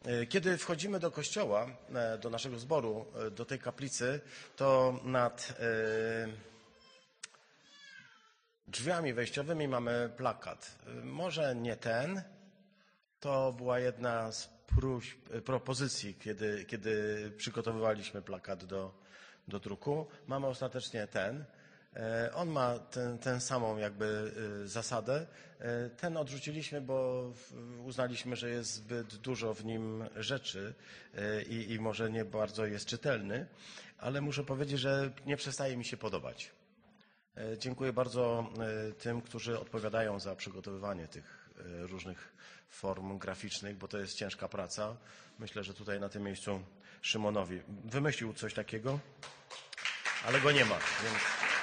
Kiedy wchodzimy do kościoła, do naszego zboru, do tej kaplicy, to nad drzwiami wejściowymi mamy plakat. Może nie ten, to była jedna z propozycji, kiedy przygotowywaliśmy plakat do druku. Mamy ostatecznie ten. On ma tę samą jakby zasadę. Ten odrzuciliśmy, bo uznaliśmy, że jest zbyt dużo w nim rzeczy i może nie bardzo jest czytelny, ale muszę powiedzieć, że nie przestaje mi się podobać. Dziękuję bardzo tym, którzy odpowiadają za przygotowywanie tych różnych form graficznych, bo to jest ciężka praca. Myślę, że tutaj na tym miejscu Szymonowi wymyślił coś takiego, ale go nie ma, więc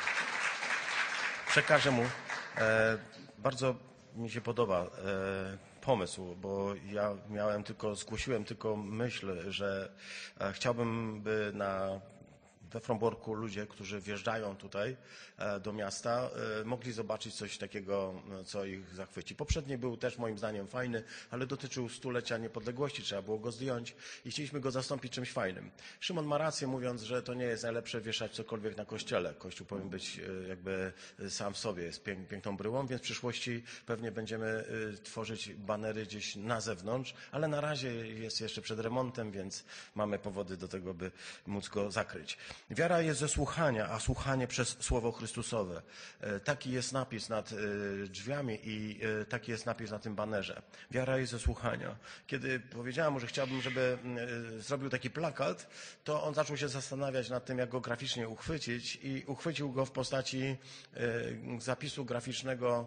przekażę mu. Bardzo mi się podoba pomysł, bo ja zgłosiłem tylko myśl, że chciałbym, by we Fromborku ludzie, którzy wjeżdżają tutaj do miasta, mogli zobaczyć coś takiego, co ich zachwyci. Poprzedni był też moim zdaniem fajny, ale dotyczył stulecia niepodległości, trzeba było go zdjąć i chcieliśmy go zastąpić czymś fajnym. Szymon ma rację, mówiąc, że to nie jest najlepsze wieszać cokolwiek na kościele. Kościół powinien być jakby sam w sobie, jest piękną bryłą, więc w przyszłości pewnie będziemy tworzyć banery gdzieś na zewnątrz, ale na razie jest jeszcze przed remontem, więc mamy powody do tego, by móc go zakryć. Wiara jest ze słuchania, a słuchanie przez Słowo Chrystusowe. Taki jest napis nad drzwiami i taki jest napis na tym banerze. Wiara jest ze słuchania. Kiedy powiedziałem mu, że chciałbym, żeby zrobił taki plakat, to on zaczął się zastanawiać nad tym, jak go graficznie uchwycić i uchwycił go w postaci zapisu graficznego,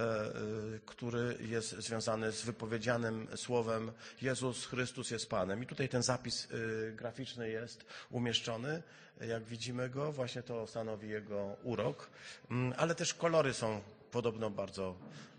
który jest związany z wypowiedzianym słowem Jezus Chrystus jest Panem. I tutaj ten zapis graficzny jest umieszczony. Jak widzimy go, właśnie to stanowi jego urok, ale też kolory są podobno bardzo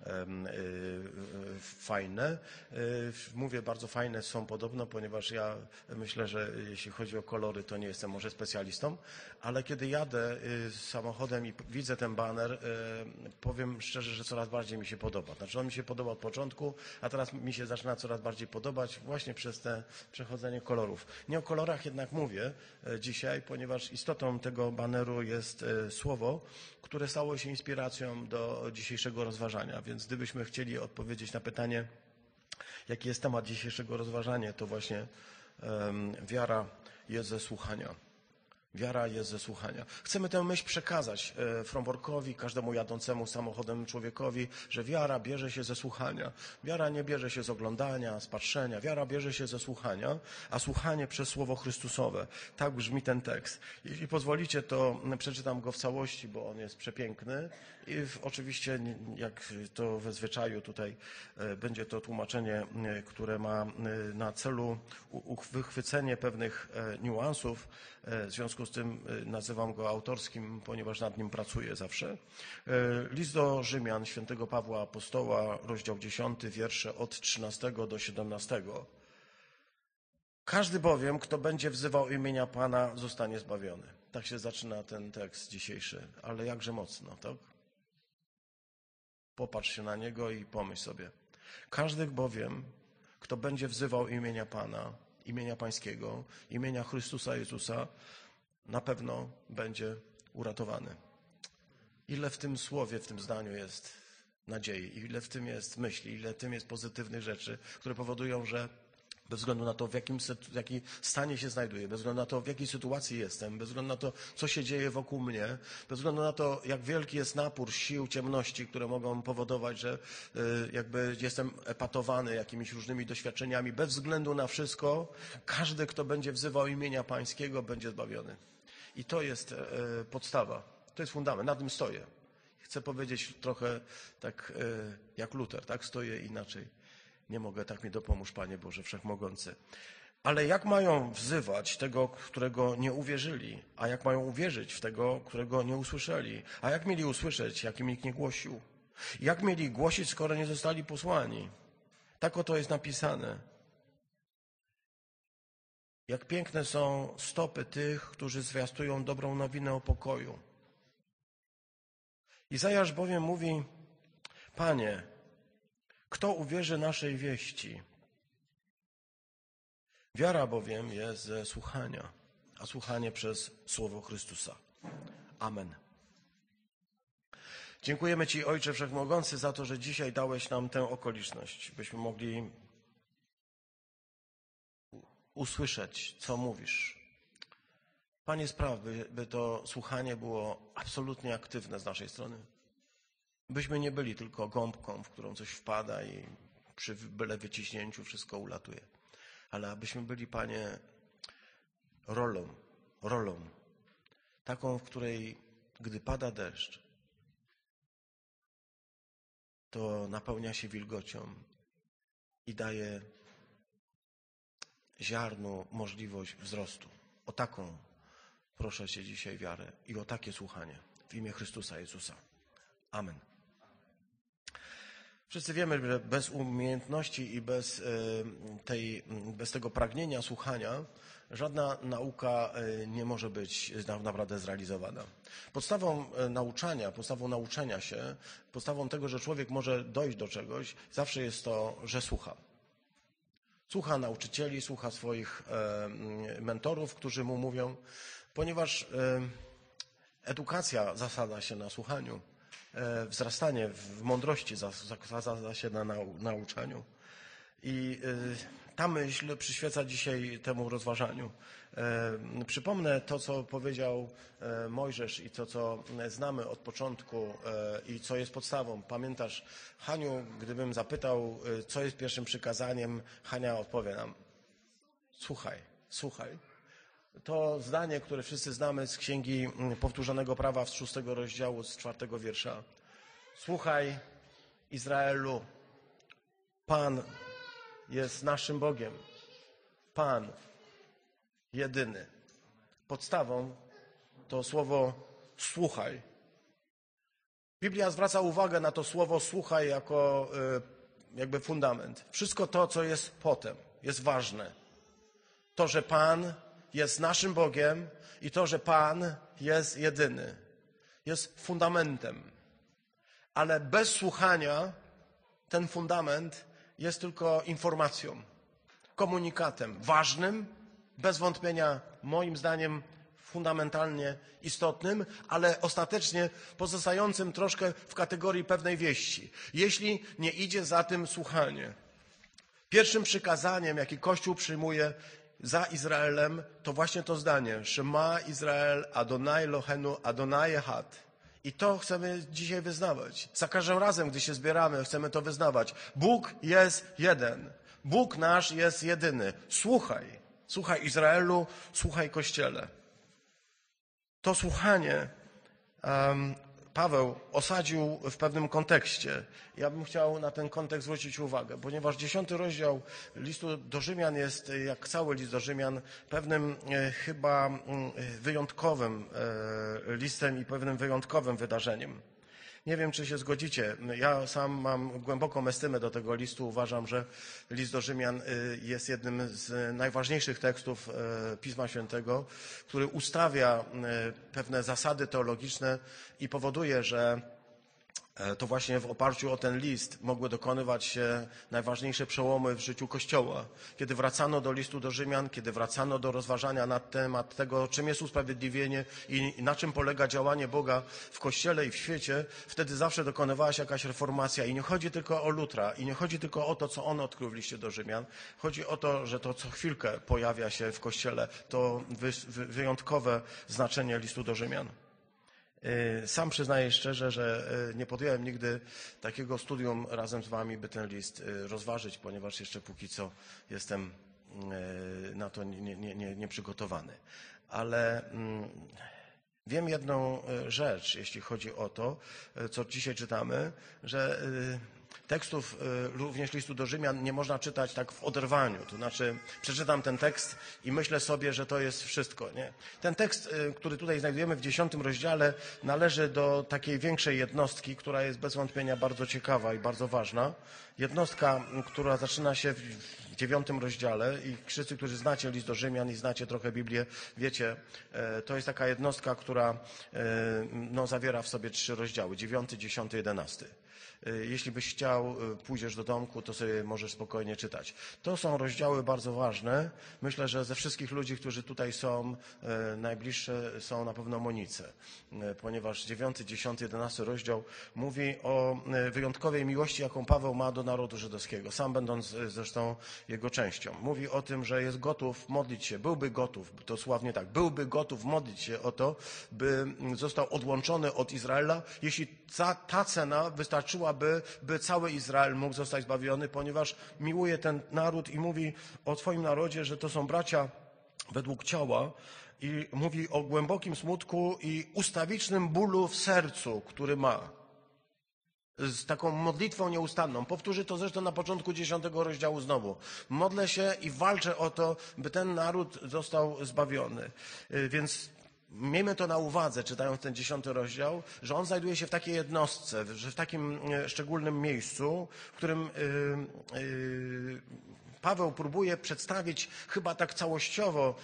fajne. Mówię bardzo fajne są podobno, ponieważ ja myślę, że jeśli chodzi o kolory, to nie jestem może specjalistą, ale kiedy jadę samochodem i widzę ten baner, powiem szczerze, że coraz bardziej mi się podoba. Znaczy on mi się podoba od początku, a teraz mi się zaczyna coraz bardziej podobać właśnie przez te przechodzenie kolorów. Nie o kolorach jednak mówię dzisiaj, ponieważ istotą tego baneru jest słowo, które stało się inspiracją do dzisiejszego rozważania. Więc gdybyśmy chcieli odpowiedzieć na pytanie, jaki jest temat dzisiejszego rozważania, to właśnie wiara jest ze słuchania. Wiara jest ze słuchania. Chcemy tę myśl przekazać Fromborkowi, każdemu jadącemu samochodem człowiekowi, że wiara bierze się ze słuchania. Wiara nie bierze się z oglądania, z patrzenia. Wiara bierze się ze słuchania, a słuchanie przez Słowo Chrystusowe. Tak brzmi ten tekst. Jeśli pozwolicie, to przeczytam go w całości, bo on jest przepiękny. I oczywiście, jak to we zwyczaju tutaj, będzie to tłumaczenie, które ma na celu wychwycenie pewnych niuansów. W związku z tym nazywam go autorskim, ponieważ nad nim pracuję zawsze. List do Rzymian świętego Pawła Apostoła, rozdział 10, wiersze od 13 do 17. Każdy bowiem, kto będzie wzywał imienia Pana, zostanie zbawiony. Tak się zaczyna ten tekst dzisiejszy, ale jakże mocno, tak? Popatrz się na niego i pomyśl sobie. Każdy bowiem, kto będzie wzywał imienia Pana, imienia Pańskiego, imienia Chrystusa Jezusa, na pewno będzie uratowany. Ile w tym słowie, w tym zdaniu jest nadziei, ile w tym jest myśli, ile w tym jest pozytywnych rzeczy, które powodują, że bez względu na to, w jakim stanie się znajduję, bez względu na to, w jakiej sytuacji jestem, bez względu na to, co się dzieje wokół mnie, bez względu na to, jak wielki jest napór sił ciemności, które mogą powodować, że jakby jestem epatowany jakimiś różnymi doświadczeniami, bez względu na wszystko, każdy, kto będzie wzywał imienia Pańskiego, będzie zbawiony. I to jest podstawa, to jest fundament, na tym stoję. Chcę powiedzieć trochę tak jak Luter, tak? Stoję inaczej. Nie mogę, tak mi dopomóż, Panie Boże Wszechmogący. Ale jak mają wzywać tego, którego nie uwierzyli? A jak mają uwierzyć w tego, którego nie usłyszeli? A jak mieli usłyszeć, jak im nikt nie głosił? Jak mieli głosić, skoro nie zostali posłani? Tak oto jest napisane. Jak piękne są stopy tych, którzy zwiastują dobrą nowinę o pokoju. Izajasz bowiem mówi, Panie, kto uwierzy naszej wieści? Wiara bowiem jest ze słuchania, a słuchanie przez Słowo Chrystusa. Amen. Dziękujemy Ci, Ojcze Wszechmogący, za to, że dzisiaj dałeś nam tę okoliczność, byśmy mogli usłyszeć, co mówisz. Panie, spraw, by to słuchanie było absolutnie aktywne z naszej strony. Byśmy nie byli tylko gąbką, w którą coś wpada i przy byle wyciśnięciu wszystko ulatuje. Ale abyśmy byli, Panie, rolą, taką, w której, gdy pada deszcz, to napełnia się wilgocią i daje ziarnu możliwość wzrostu. O taką proszę Cię dzisiaj wiarę i o takie słuchanie w imię Chrystusa Jezusa. Amen. Wszyscy wiemy, że bez umiejętności i bez tego pragnienia słuchania żadna nauka nie może być naprawdę zrealizowana. Podstawą nauczania się, podstawą tego, że człowiek może dojść do czegoś, zawsze jest to, że słucha. Słucha nauczycieli, słucha swoich mentorów, którzy mu mówią, ponieważ edukacja zasada się na słuchaniu. Wzrastanie w mądrości zasada się na nauczaniu. I ta myśl przyświeca dzisiaj temu rozważaniu. Przypomnę to, co powiedział Mojżesz i to, co znamy od początku i co jest podstawą. Pamiętasz, Haniu, gdybym zapytał, co jest pierwszym przykazaniem, Hania odpowie nam, słuchaj. To zdanie, które wszyscy znamy z Księgi Powtórzonego Prawa z 6 rozdziału, z 4 wiersza. Słuchaj, Izraelu, Pan jest naszym Bogiem. Pan jedyny. Podstawą to słowo słuchaj. Biblia zwraca uwagę na to słowo słuchaj jako jakby fundament. Wszystko to, co jest potem, jest ważne. To, że Pan jest naszym Bogiem i to, że Pan jest jedyny, jest fundamentem. Ale bez słuchania ten fundament jest tylko informacją, komunikatem ważnym, bez wątpienia moim zdaniem fundamentalnie istotnym, ale ostatecznie pozostającym troszkę w kategorii pewnej wieści, jeśli nie idzie za tym słuchanie. Pierwszym przykazaniem, jakie Kościół przyjmuje za Izraelem, to właśnie to zdanie. Shema Izrael, Adonai Eloheinu, Adonai Echad. I to chcemy dzisiaj wyznawać. Za każdym razem, gdy się zbieramy, chcemy to wyznawać. Bóg jest jeden. Bóg nasz jest jedyny. Słuchaj. Słuchaj Izraelu, słuchaj Kościele. To słuchanie Paweł osadził w pewnym kontekście. Ja bym chciał na ten kontekst zwrócić uwagę, ponieważ 10 rozdział listu do Rzymian jest, jak cały list do Rzymian, pewnym chyba wyjątkowym listem i pewnym wyjątkowym wydarzeniem. Nie wiem, czy się zgodzicie. Ja sam mam głęboką estymę do tego listu. Uważam, że list do Rzymian jest jednym z najważniejszych tekstów Pisma Świętego, który ustawia pewne zasady teologiczne i powoduje, że to właśnie w oparciu o ten list mogły dokonywać się najważniejsze przełomy w życiu Kościoła. Kiedy wracano do listu do Rzymian, kiedy wracano do rozważania na temat tego, czym jest usprawiedliwienie i na czym polega działanie Boga w Kościele i w świecie, wtedy zawsze dokonywała się jakaś reformacja. I nie chodzi tylko o Lutra, i nie chodzi tylko o to, co on odkrył w liście do Rzymian. Chodzi o to, że to co chwilkę pojawia się w Kościele. To wyjątkowe znaczenie listu do Rzymian. Sam przyznaję szczerze, że nie podjąłem nigdy takiego studium razem z wami, by ten list rozważyć, ponieważ jeszcze póki co jestem na to nieprzygotowany. Ale wiem jedną rzecz, jeśli chodzi o to, co dzisiaj czytamy, że tekstów również listu do Rzymian nie można czytać tak w oderwaniu. To znaczy przeczytam ten tekst i myślę sobie, że to jest wszystko. Nie? Ten tekst, który tutaj znajdujemy w 10 rozdziale, należy do takiej większej jednostki, która jest bez wątpienia bardzo ciekawa i bardzo ważna. Jednostka, która zaczyna się w 9 rozdziale i wszyscy, którzy znacie list do Rzymian i znacie trochę Biblię, wiecie, to jest taka jednostka, która zawiera w sobie 3 rozdziały, 9, 10, 11. Jeśli byś chciał, pójdziesz do domku, to sobie możesz spokojnie czytać. To są rozdziały bardzo ważne. Myślę, że ze wszystkich ludzi, którzy tutaj są, najbliższe są na pewno Monice, ponieważ 9, 10, 11 rozdział mówi o wyjątkowej miłości, jaką Paweł ma do narodu żydowskiego, sam będąc zresztą jego częścią. Mówi o tym, że jest gotów modlić się, byłby gotów, dosłownie tak, byłby gotów modlić się o to, by został odłączony od Izraela, jeśli ta cena wystarczyłaby, by cały Izrael mógł zostać zbawiony, ponieważ miłuje ten naród i mówi o swoim narodzie, że to są bracia według ciała i mówi o głębokim smutku i ustawicznym bólu w sercu, który ma. Z taką modlitwą nieustanną. Powtórzy to zresztą na początku 10 rozdziału znowu. Modlę się i walczę o to, by ten naród został zbawiony. Więc miejmy to na uwadze, czytając ten 10 rozdział, że on znajduje się w takiej jednostce, że w takim szczególnym miejscu, w którym Paweł próbuje przedstawić chyba tak całościowo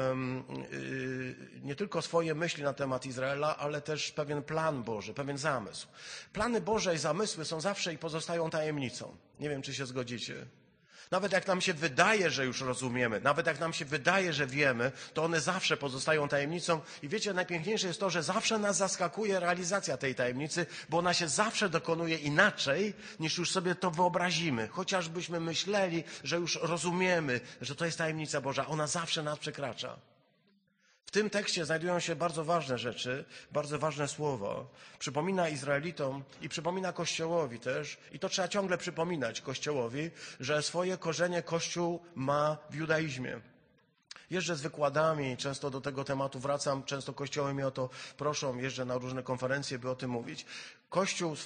nie tylko swoje myśli na temat Izraela, ale też pewien plan Boży, pewien zamysł. Plany Boże i zamysły są zawsze i pozostają tajemnicą. Nie wiem, czy się zgodzicie. Nawet jak nam się wydaje, że już rozumiemy, nawet jak nam się wydaje, że wiemy, to one zawsze pozostają tajemnicą. I wiecie, najpiękniejsze jest to, że zawsze nas zaskakuje realizacja tej tajemnicy, bo ona się zawsze dokonuje inaczej, niż już sobie to wyobrazimy. Chociażbyśmy myśleli, że już rozumiemy, że to jest tajemnica Boża, ona zawsze nas przekracza. W tym tekście znajdują się bardzo ważne rzeczy, bardzo ważne słowa. Przypomina Izraelitom i przypomina Kościołowi też, i to trzeba ciągle przypominać Kościołowi, że swoje korzenie Kościół ma w judaizmie. Jeżdżę z wykładami, często do tego tematu wracam, często kościoły mnie o to proszą, jeżdżę na różne konferencje, by o tym mówić. Kościół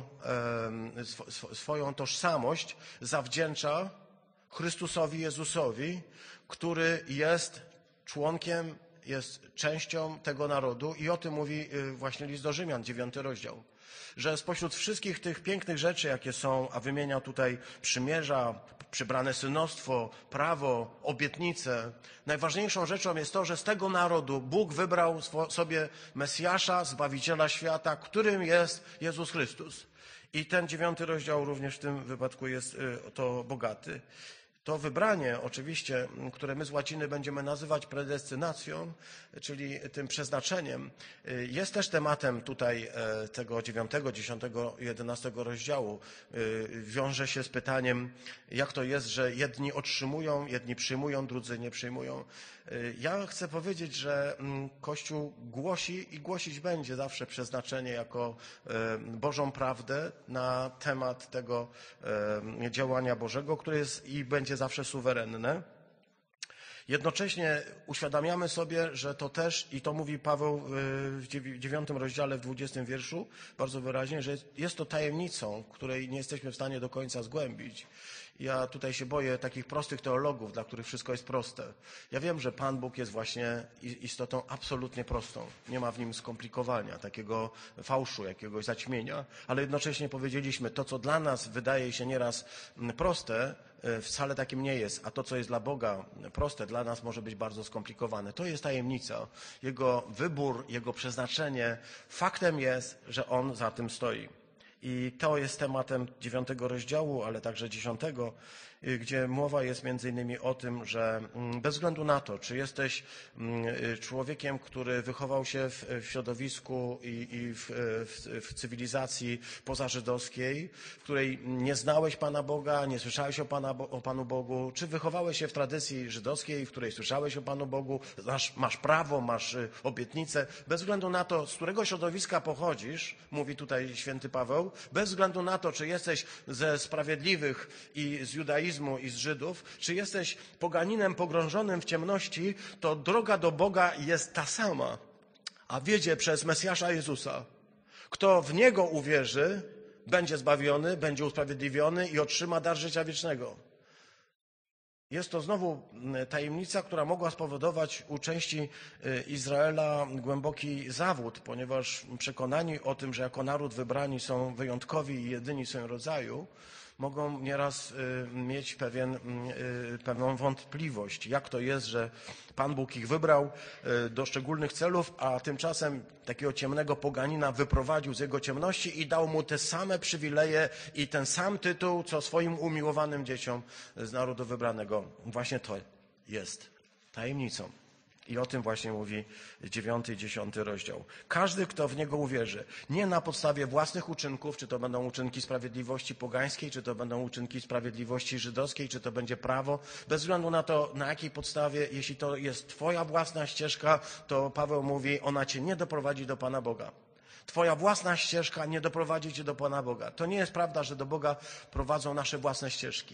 swoją tożsamość zawdzięcza Chrystusowi Jezusowi, który jest członkiem, jest częścią tego narodu i o tym mówi właśnie list do Rzymian, 9 rozdział. Że spośród wszystkich tych pięknych rzeczy, jakie są, a wymienia tutaj przymierza, przybrane synostwo, prawo, obietnice, najważniejszą rzeczą jest to, że z tego narodu Bóg wybrał sobie Mesjasza, Zbawiciela świata, którym jest Jezus Chrystus. I ten 9 rozdział również w tym wypadku jest to bogaty. To wybranie oczywiście, które my z łaciny będziemy nazywać predestynacją, czyli tym przeznaczeniem, jest też tematem tutaj tego 9, 10, 11 rozdziału. Wiąże się z pytaniem, jak to jest, że jedni otrzymują, jedni przyjmują, drudzy nie przyjmują. Ja chcę powiedzieć, że Kościół głosi i głosić będzie zawsze przeznaczenie jako Bożą prawdę na temat tego działania Bożego, które jest i będzie zawsze suwerenne. Jednocześnie uświadamiamy sobie, że to też, i to mówi Paweł w 9 rozdziale, w 20 wierszu, bardzo wyraźnie, że jest to tajemnicą, której nie jesteśmy w stanie do końca zgłębić. Ja tutaj się boję takich prostych teologów, dla których wszystko jest proste. Ja wiem, że Pan Bóg jest właśnie istotą absolutnie prostą. Nie ma w nim skomplikowania, takiego fałszu, jakiegoś zaćmienia, ale jednocześnie powiedzieliśmy, to co dla nas wydaje się nieraz proste, wcale takim nie jest, a to, co jest dla Boga proste, dla nas może być bardzo skomplikowane. To jest tajemnica. Jego wybór, jego przeznaczenie. Faktem jest, że On za tym stoi. I to jest tematem 9 rozdziału, ale także 10, gdzie mowa jest między innymi o tym, że bez względu na to, czy jesteś człowiekiem, który wychował się w środowisku i w cywilizacji pozażydowskiej, w której nie znałeś Pana Boga, nie słyszałeś o Panu Bogu, czy wychowałeś się w tradycji żydowskiej, w której słyszałeś o Panu Bogu, masz prawo, masz obietnicę, bez względu na to, z którego środowiska pochodzisz, mówi tutaj święty Paweł, bez względu na to, czy jesteś ze sprawiedliwych i z judaizmu, i z Żydów, czy jesteś poganinem pogrążonym w ciemności, to droga do Boga jest ta sama, a wiedzie przez Mesjasza Jezusa. Kto w Niego uwierzy, będzie zbawiony, będzie usprawiedliwiony i otrzyma dar życia wiecznego. Jest to znowu tajemnica, która mogła spowodować u części Izraela głęboki zawód, ponieważ przekonani o tym, że jako naród wybrani są wyjątkowi i jedyni w swoim rodzaju, mogą nieraz mieć pewną wątpliwość, jak to jest, że Pan Bóg ich wybrał do szczególnych celów, a tymczasem takiego ciemnego poganina wyprowadził z jego ciemności i dał mu te same przywileje i ten sam tytuł, co swoim umiłowanym dzieciom z narodu wybranego. Właśnie to jest tajemnicą. I o tym właśnie mówi 9 i 10 rozdział. Każdy, kto w Niego uwierzy, nie na podstawie własnych uczynków, czy to będą uczynki sprawiedliwości pogańskiej, czy to będą uczynki sprawiedliwości żydowskiej, czy to będzie prawo, bez względu na to, na jakiej podstawie, jeśli to jest Twoja własna ścieżka, to Paweł mówi, ona Cię nie doprowadzi do Pana Boga. Twoja własna ścieżka nie doprowadzi Cię do Pana Boga. To nie jest prawda, że do Boga prowadzą nasze własne ścieżki.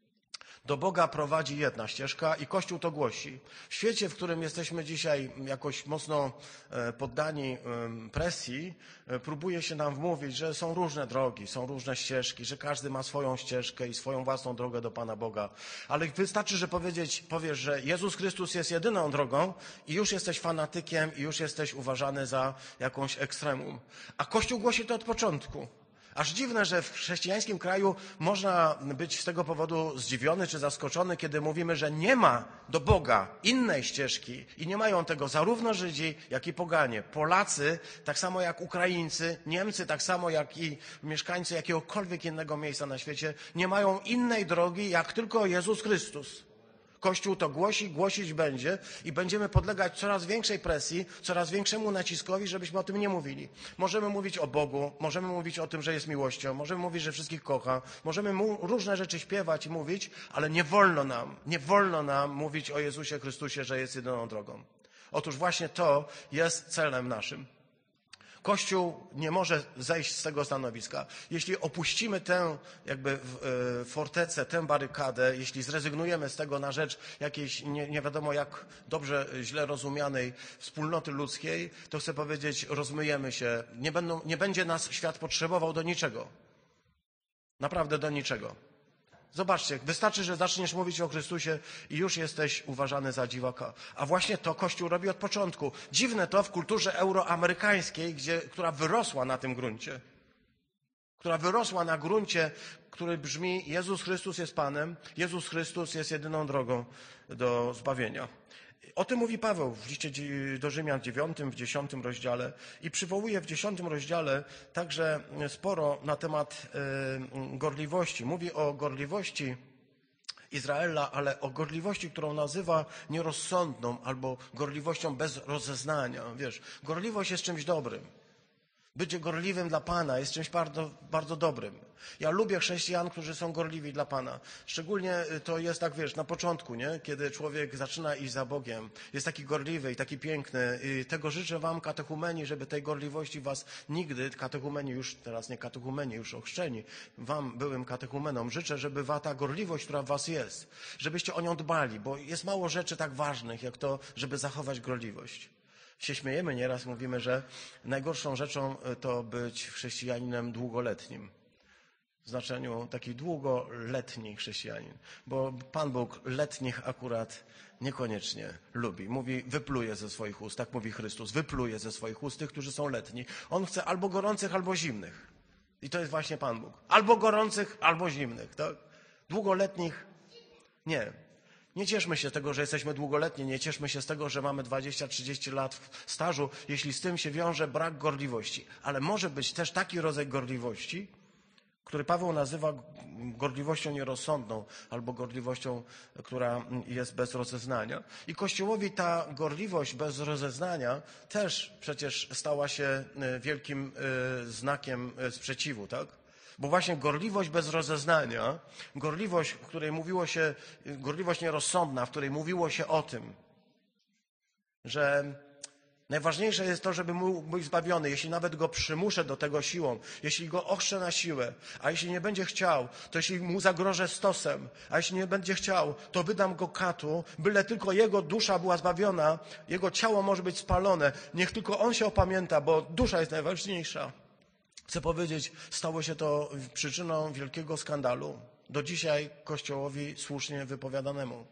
Do Boga prowadzi jedna ścieżka i Kościół to głosi. W świecie, w którym jesteśmy dzisiaj jakoś mocno poddani presji, próbuje się nam wmówić, że są różne drogi, są różne ścieżki, że każdy ma swoją ścieżkę i swoją własną drogę do Pana Boga. Ale wystarczy, że powiesz, że Jezus Chrystus jest jedyną drogą i już jesteś fanatykiem i już jesteś uważany za jakąś ekstremum. A Kościół głosi to od początku. Aż dziwne, że w chrześcijańskim kraju można być z tego powodu zdziwiony czy zaskoczony, kiedy mówimy, że nie ma do Boga innej ścieżki i nie mają tego zarówno Żydzi, jak i poganie. Polacy, tak samo jak Ukraińcy, Niemcy, tak samo jak i mieszkańcy jakiegokolwiek innego miejsca na świecie, nie mają innej drogi, jak tylko Jezus Chrystus. Kościół to głosi, głosić będzie i będziemy podlegać coraz większej presji, coraz większemu naciskowi, żebyśmy o tym nie mówili. Możemy mówić o Bogu, możemy mówić o tym, że jest miłością, możemy mówić, że wszystkich kocha, możemy różne rzeczy śpiewać i mówić, ale nie wolno nam mówić o Jezusie Chrystusie, że jest jedyną drogą. Otóż właśnie to jest celem naszym. Kościół nie może zejść z tego stanowiska. Jeśli opuścimy tę jakby fortecę, tę barykadę, jeśli zrezygnujemy z tego na rzecz jakiejś nie wiadomo jak dobrze, źle rozumianej wspólnoty ludzkiej, to chcę powiedzieć, rozmyjemy się. Nie będzie nas świat potrzebował do niczego. Naprawdę do niczego. Zobaczcie, wystarczy, że zaczniesz mówić o Chrystusie i już jesteś uważany za dziwaka. A właśnie to Kościół robi od początku. Dziwne to w kulturze euroamerykańskiej, która wyrosła na tym gruncie. Która wyrosła na gruncie, który brzmi Jezus Chrystus jest Panem, Jezus Chrystus jest jedyną drogą do zbawienia. O tym mówi Paweł w liście do Rzymian 9, w 10 rozdziale i przywołuje w 10 rozdziale także sporo na temat gorliwości. Mówi o gorliwości Izraela, ale o gorliwości, którą nazywa nierozsądną albo gorliwością bez rozeznania. Wiesz, gorliwość jest czymś dobrym. Bycie gorliwym dla Pana jest czymś bardzo, bardzo dobrym. Ja lubię chrześcijan, którzy są gorliwi dla Pana. Szczególnie to jest tak, wiesz, na początku, nie? Kiedy człowiek zaczyna iść za Bogiem. Jest taki gorliwy i taki piękny. I tego życzę wam, katechumeni, żeby tej gorliwości was nigdy, katechumeni już, teraz nie katechumeni, już ochrzczeni, wam, byłym katechumenom, życzę, żeby ta gorliwość, która w was jest, żebyście o nią dbali, bo jest mało rzeczy tak ważnych, jak to, żeby zachować gorliwość. Się śmiejemy nieraz, mówimy, że najgorszą rzeczą to być chrześcijaninem długoletnim. W znaczeniu taki długoletni chrześcijanin. Bo Pan Bóg letnich akurat niekoniecznie lubi. Mówi, wypluje ze swoich ust, tak mówi Chrystus, wypluje ze swoich ust tych, którzy są letni. On chce albo gorących, albo zimnych. I to jest właśnie Pan Bóg. Albo gorących, albo zimnych. Tak? Długoletnich nie. Nie cieszmy się z tego, że jesteśmy długoletni, nie cieszmy się z tego, że mamy 20-30 lat stażu, jeśli z tym się wiąże brak gorliwości. Ale może być też taki rodzaj gorliwości, który Paweł nazywa gorliwością nierozsądną albo gorliwością, która jest bez rozeznania. I Kościołowi ta gorliwość bez rozeznania też przecież stała się wielkim znakiem sprzeciwu, tak? Bo właśnie gorliwość bez rozeznania, gorliwość, w której mówiło się, gorliwość nierozsądna, w której mówiło się o tym, że najważniejsze jest to, żeby mógł być zbawiony, jeśli nawet go przymuszę do tego siłą, jeśli go ochrzczę na siłę, a jeśli nie będzie chciał, to jeśli mu zagrożę stosem, a jeśli nie będzie chciał, to wydam go katu, byle tylko jego dusza była zbawiona, jego ciało może być spalone, niech tylko on się opamięta, bo dusza jest najważniejsza. Chcę powiedzieć, stało się to przyczyną wielkiego skandalu, do dzisiaj Kościołowi słusznie wypowiadanemu.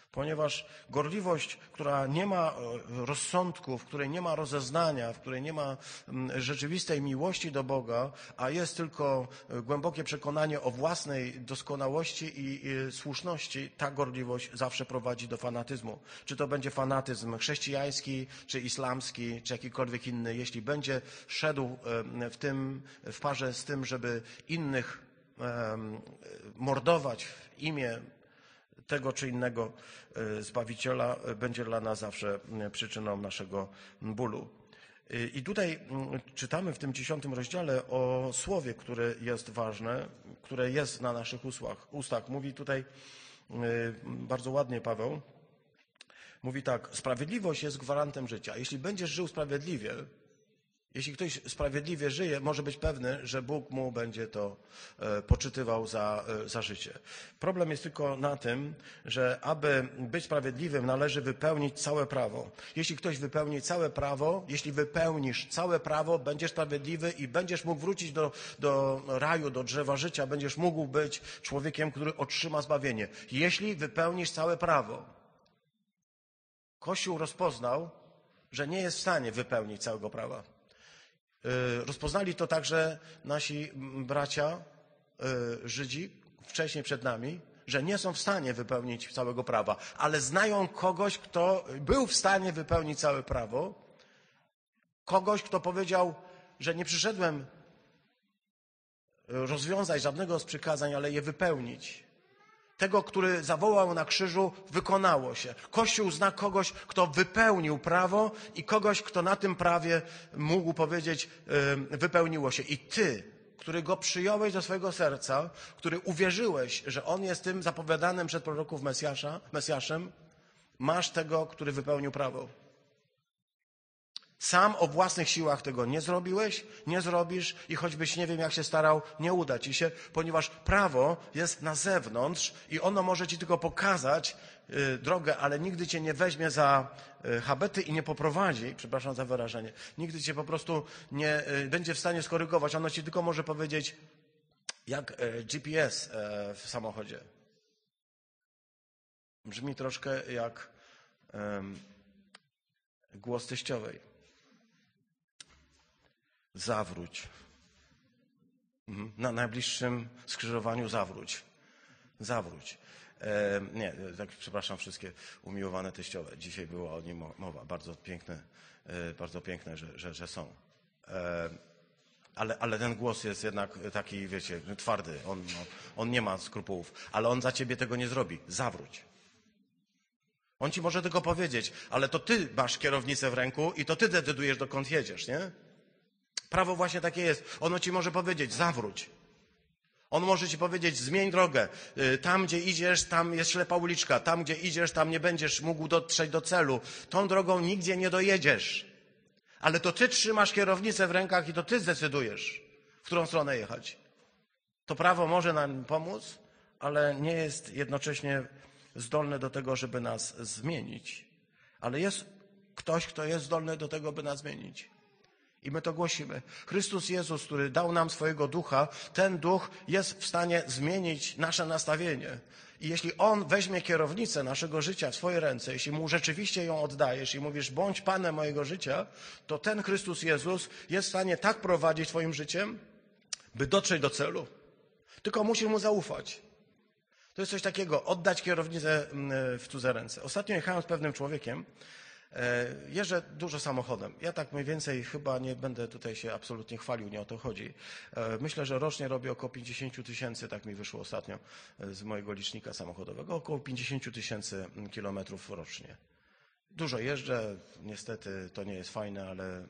Ponieważ gorliwość, która nie ma rozsądku, w której nie ma rozeznania, w której nie ma rzeczywistej miłości do Boga, a jest tylko głębokie przekonanie o własnej doskonałości i słuszności, ta gorliwość zawsze prowadzi do fanatyzmu. Czy to będzie fanatyzm chrześcijański, czy islamski, czy jakikolwiek inny, jeśli będzie szedł w parze z tym, żeby innych mordować w imię tego czy innego Zbawiciela, będzie dla nas zawsze przyczyną naszego bólu. I tutaj czytamy w tym 10 rozdziale o słowie, które jest ważne, które jest na naszych ustach. Mówi tutaj bardzo ładnie Paweł, mówi tak: sprawiedliwość jest gwarantem życia. Jeśli będziesz żył sprawiedliwie, jeśli ktoś sprawiedliwie żyje, może być pewny, że Bóg mu będzie to poczytywał za życie. Problem jest tylko na tym, że aby być sprawiedliwym, należy wypełnić całe prawo. Jeśli ktoś wypełni całe prawo, jeśli wypełnisz całe prawo, będziesz sprawiedliwy i będziesz mógł wrócić do raju, do drzewa życia, będziesz mógł być człowiekiem, który otrzyma zbawienie. Jeśli wypełnisz całe prawo. Kościół rozpoznał, że nie jest w stanie wypełnić całego prawa. Rozpoznali to także nasi bracia Żydzi wcześniej przed nami, że nie są w stanie wypełnić całego prawa, ale znają kogoś, kto był w stanie wypełnić całe prawo, kogoś, kto powiedział, że nie przyszedłem rozwiązać żadnego z przykazań, ale je wypełnić. Tego, który zawołał na krzyżu, wykonało się. Kościół zna kogoś, kto wypełnił prawo i kogoś, kto na tym prawie mógł powiedzieć, wypełniło się. I ty, który go przyjąłeś do swojego serca, który uwierzyłeś, że on jest tym zapowiadanym przez proroków Mesjaszem, masz tego, który wypełnił prawo. Sam o własnych siłach tego nie zrobiłeś, nie zrobisz i choćbyś nie wiem jak się starał, nie uda ci się, ponieważ prawo jest na zewnątrz i ono może ci tylko pokazać drogę, ale nigdy cię nie weźmie za habety i nie poprowadzi, przepraszam za wyrażenie, nigdy cię po prostu nie będzie w stanie skorygować. Ono ci tylko może powiedzieć jak GPS w samochodzie. Brzmi troszkę jak głos teściowej. Zawróć. Na najbliższym skrzyżowaniu zawróć. Zawróć. Nie, tak, przepraszam wszystkie umiłowane teściowe. Dzisiaj była o nim mowa. Bardzo piękne, że są. Ale ten głos jest jednak taki, wiecie, twardy. On nie ma skrupułów. Ale on za ciebie tego nie zrobi. Zawróć. On ci może tylko powiedzieć, ale to ty masz kierownicę w ręku i to ty decydujesz, dokąd jedziesz, nie? Prawo właśnie takie jest. Ono ci może powiedzieć, zawróć. On może ci powiedzieć, zmień drogę. Tam, gdzie idziesz, tam jest ślepa uliczka. Tam, gdzie idziesz, tam nie będziesz mógł dotrzeć do celu. Tą drogą nigdzie nie dojedziesz. Ale to ty trzymasz kierownicę w rękach i to ty zdecydujesz, w którą stronę jechać. To prawo może nam pomóc, ale nie jest jednocześnie zdolne do tego, żeby nas zmienić. Ale jest ktoś, kto jest zdolny do tego, by nas zmienić. I my to głosimy. Chrystus Jezus, który dał nam swojego ducha, ten duch jest w stanie zmienić nasze nastawienie. I jeśli On weźmie kierownicę naszego życia w swoje ręce, jeśli Mu rzeczywiście ją oddajesz i mówisz, bądź Panem mojego życia, to ten Chrystus Jezus jest w stanie tak prowadzić twoim życiem, by dotrzeć do celu. Tylko musisz Mu zaufać. To jest coś takiego, oddać kierownicę w cudze ręce. Ostatnio jechałem z pewnym człowiekiem, jeżdżę dużo samochodem. Ja tak mniej więcej chyba nie będę tutaj się absolutnie chwalił, nie o to chodzi. Myślę, że rocznie robię około 50 000, tak mi wyszło ostatnio z mojego licznika samochodowego, około 50 000 kilometrów rocznie. Dużo jeżdżę, niestety to nie jest fajne, ale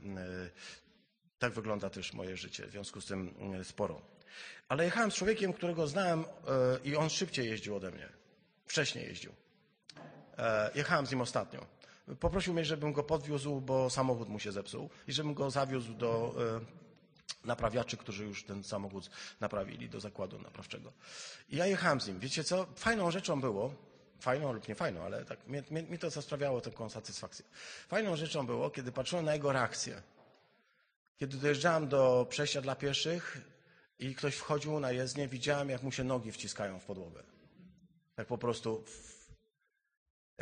tak wygląda też moje życie, w związku z tym sporo. Ale jechałem z człowiekiem, którego znałem i on szybciej jeździł ode mnie. Wcześniej jeździł. Jechałem z nim ostatnio. Poprosił mnie, żebym go podwiózł, bo samochód mu się zepsuł i żebym go zawiózł do naprawiaczy, którzy już ten samochód naprawili, do zakładu naprawczego. I ja jechałem z nim. Wiecie co? Fajną rzeczą było, fajną lub nie fajną, ale tak mi to sprawiało taką satysfakcję. Fajną rzeczą było, kiedy patrzyłem na jego reakcję. Kiedy dojeżdżałem do przejścia dla pieszych i ktoś wchodził na jezdnię, widziałem, jak mu się nogi wciskają w podłogę. Tak po prostu.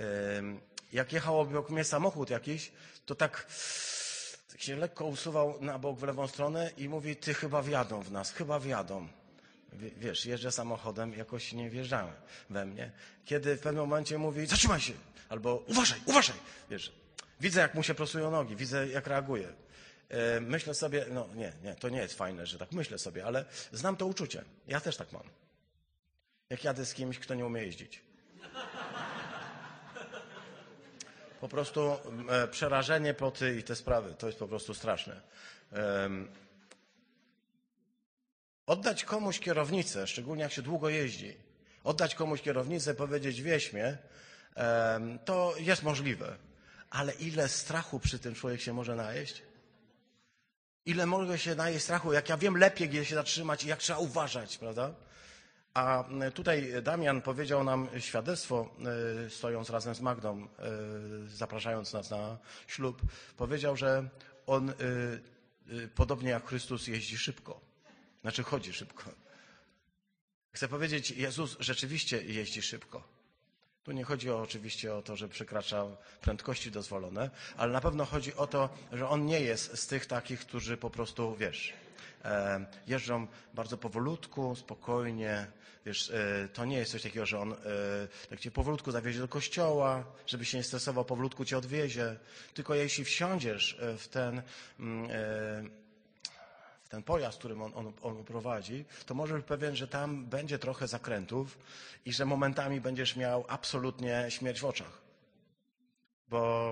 jak jechał obok mnie samochód jakiś, to tak się lekko usuwał na bok w lewą stronę i mówi, ty chyba wjadą w nas, chyba wjadą. Wiesz, jeżdżę samochodem, jakoś nie wjeżdżałem we mnie. Kiedy w pewnym momencie mówi, zatrzymaj się, albo uważaj, uważaj. Wiesz, widzę, jak mu się prosują nogi, widzę, jak reaguje. Myślę sobie, no nie, to nie jest fajne, że tak myślę sobie, ale znam to uczucie. Ja też tak mam. Jak jadę z kimś, kto nie umie jeździć. Po prostu przerażenie, poty i te sprawy, to jest po prostu straszne. Oddać komuś kierownicę, szczególnie jak się długo jeździ, oddać komuś kierownicę, powiedzieć wieź mnie, to jest możliwe. Ale ile strachu przy tym człowiek się może najeść? Ile mogę się najeść strachu, jak ja wiem lepiej, gdzie się zatrzymać i jak trzeba uważać, prawda? A tutaj Damian powiedział nam świadectwo, stojąc razem z Magdą, zapraszając nas na ślub, powiedział, że on podobnie jak Chrystus jeździ szybko. Znaczy chodzi szybko. Chcę powiedzieć, Jezus rzeczywiście jeździ szybko. Tu nie chodzi oczywiście o to, że przekracza prędkości dozwolone, ale na pewno chodzi o to, że On nie jest z tych takich, którzy po prostu, wiesz, jeżdżą bardzo powolutku, spokojnie. Wiesz, to nie jest coś takiego, że On tak cię powolutku zawiezie do kościoła, żeby się nie stresował, powolutku cię odwiezie. Tylko jeśli wsiądziesz w ten pojazd, którym on prowadzi, to możesz być pewien, że tam będzie trochę zakrętów i że momentami będziesz miał absolutnie śmierć w oczach. Bo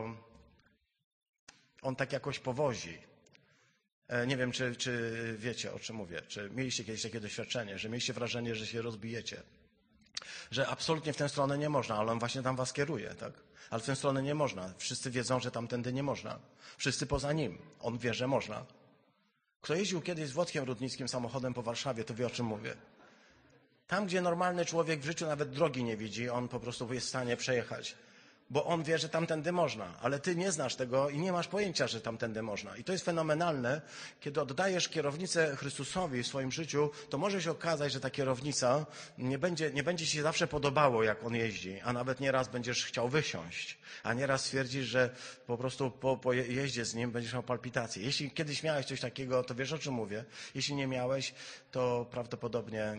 on tak jakoś powozi. Nie wiem, czy wiecie, o czym mówię. Czy mieliście kiedyś takie doświadczenie, że mieliście wrażenie, że się rozbijecie. Że absolutnie w tę stronę nie można, ale on właśnie tam was kieruje, tak? Ale w tę stronę nie można. Wszyscy wiedzą, że tamtędy nie można. Wszyscy poza nim. On wie, że można. Kto jeździł kiedyś z Włodkiem Rudnickim samochodem po Warszawie, to wie, o czym mówię. Tam, gdzie normalny człowiek w życiu nawet drogi nie widzi, on po prostu jest w stanie przejechać. Bo on wie, że tamtędy można, ale ty nie znasz tego i nie masz pojęcia, że tamtędy można. I to jest fenomenalne, kiedy oddajesz kierownicę Chrystusowi w swoim życiu, to może się okazać, że ta kierownica nie będzie ci się zawsze podobało, jak on jeździ, a nawet nieraz będziesz chciał wysiąść, a nieraz stwierdzisz, że po prostu po jeździe z nim będziesz miał palpitacje. Jeśli kiedyś miałeś coś takiego, to wiesz, o czym mówię. Jeśli nie miałeś, to prawdopodobnie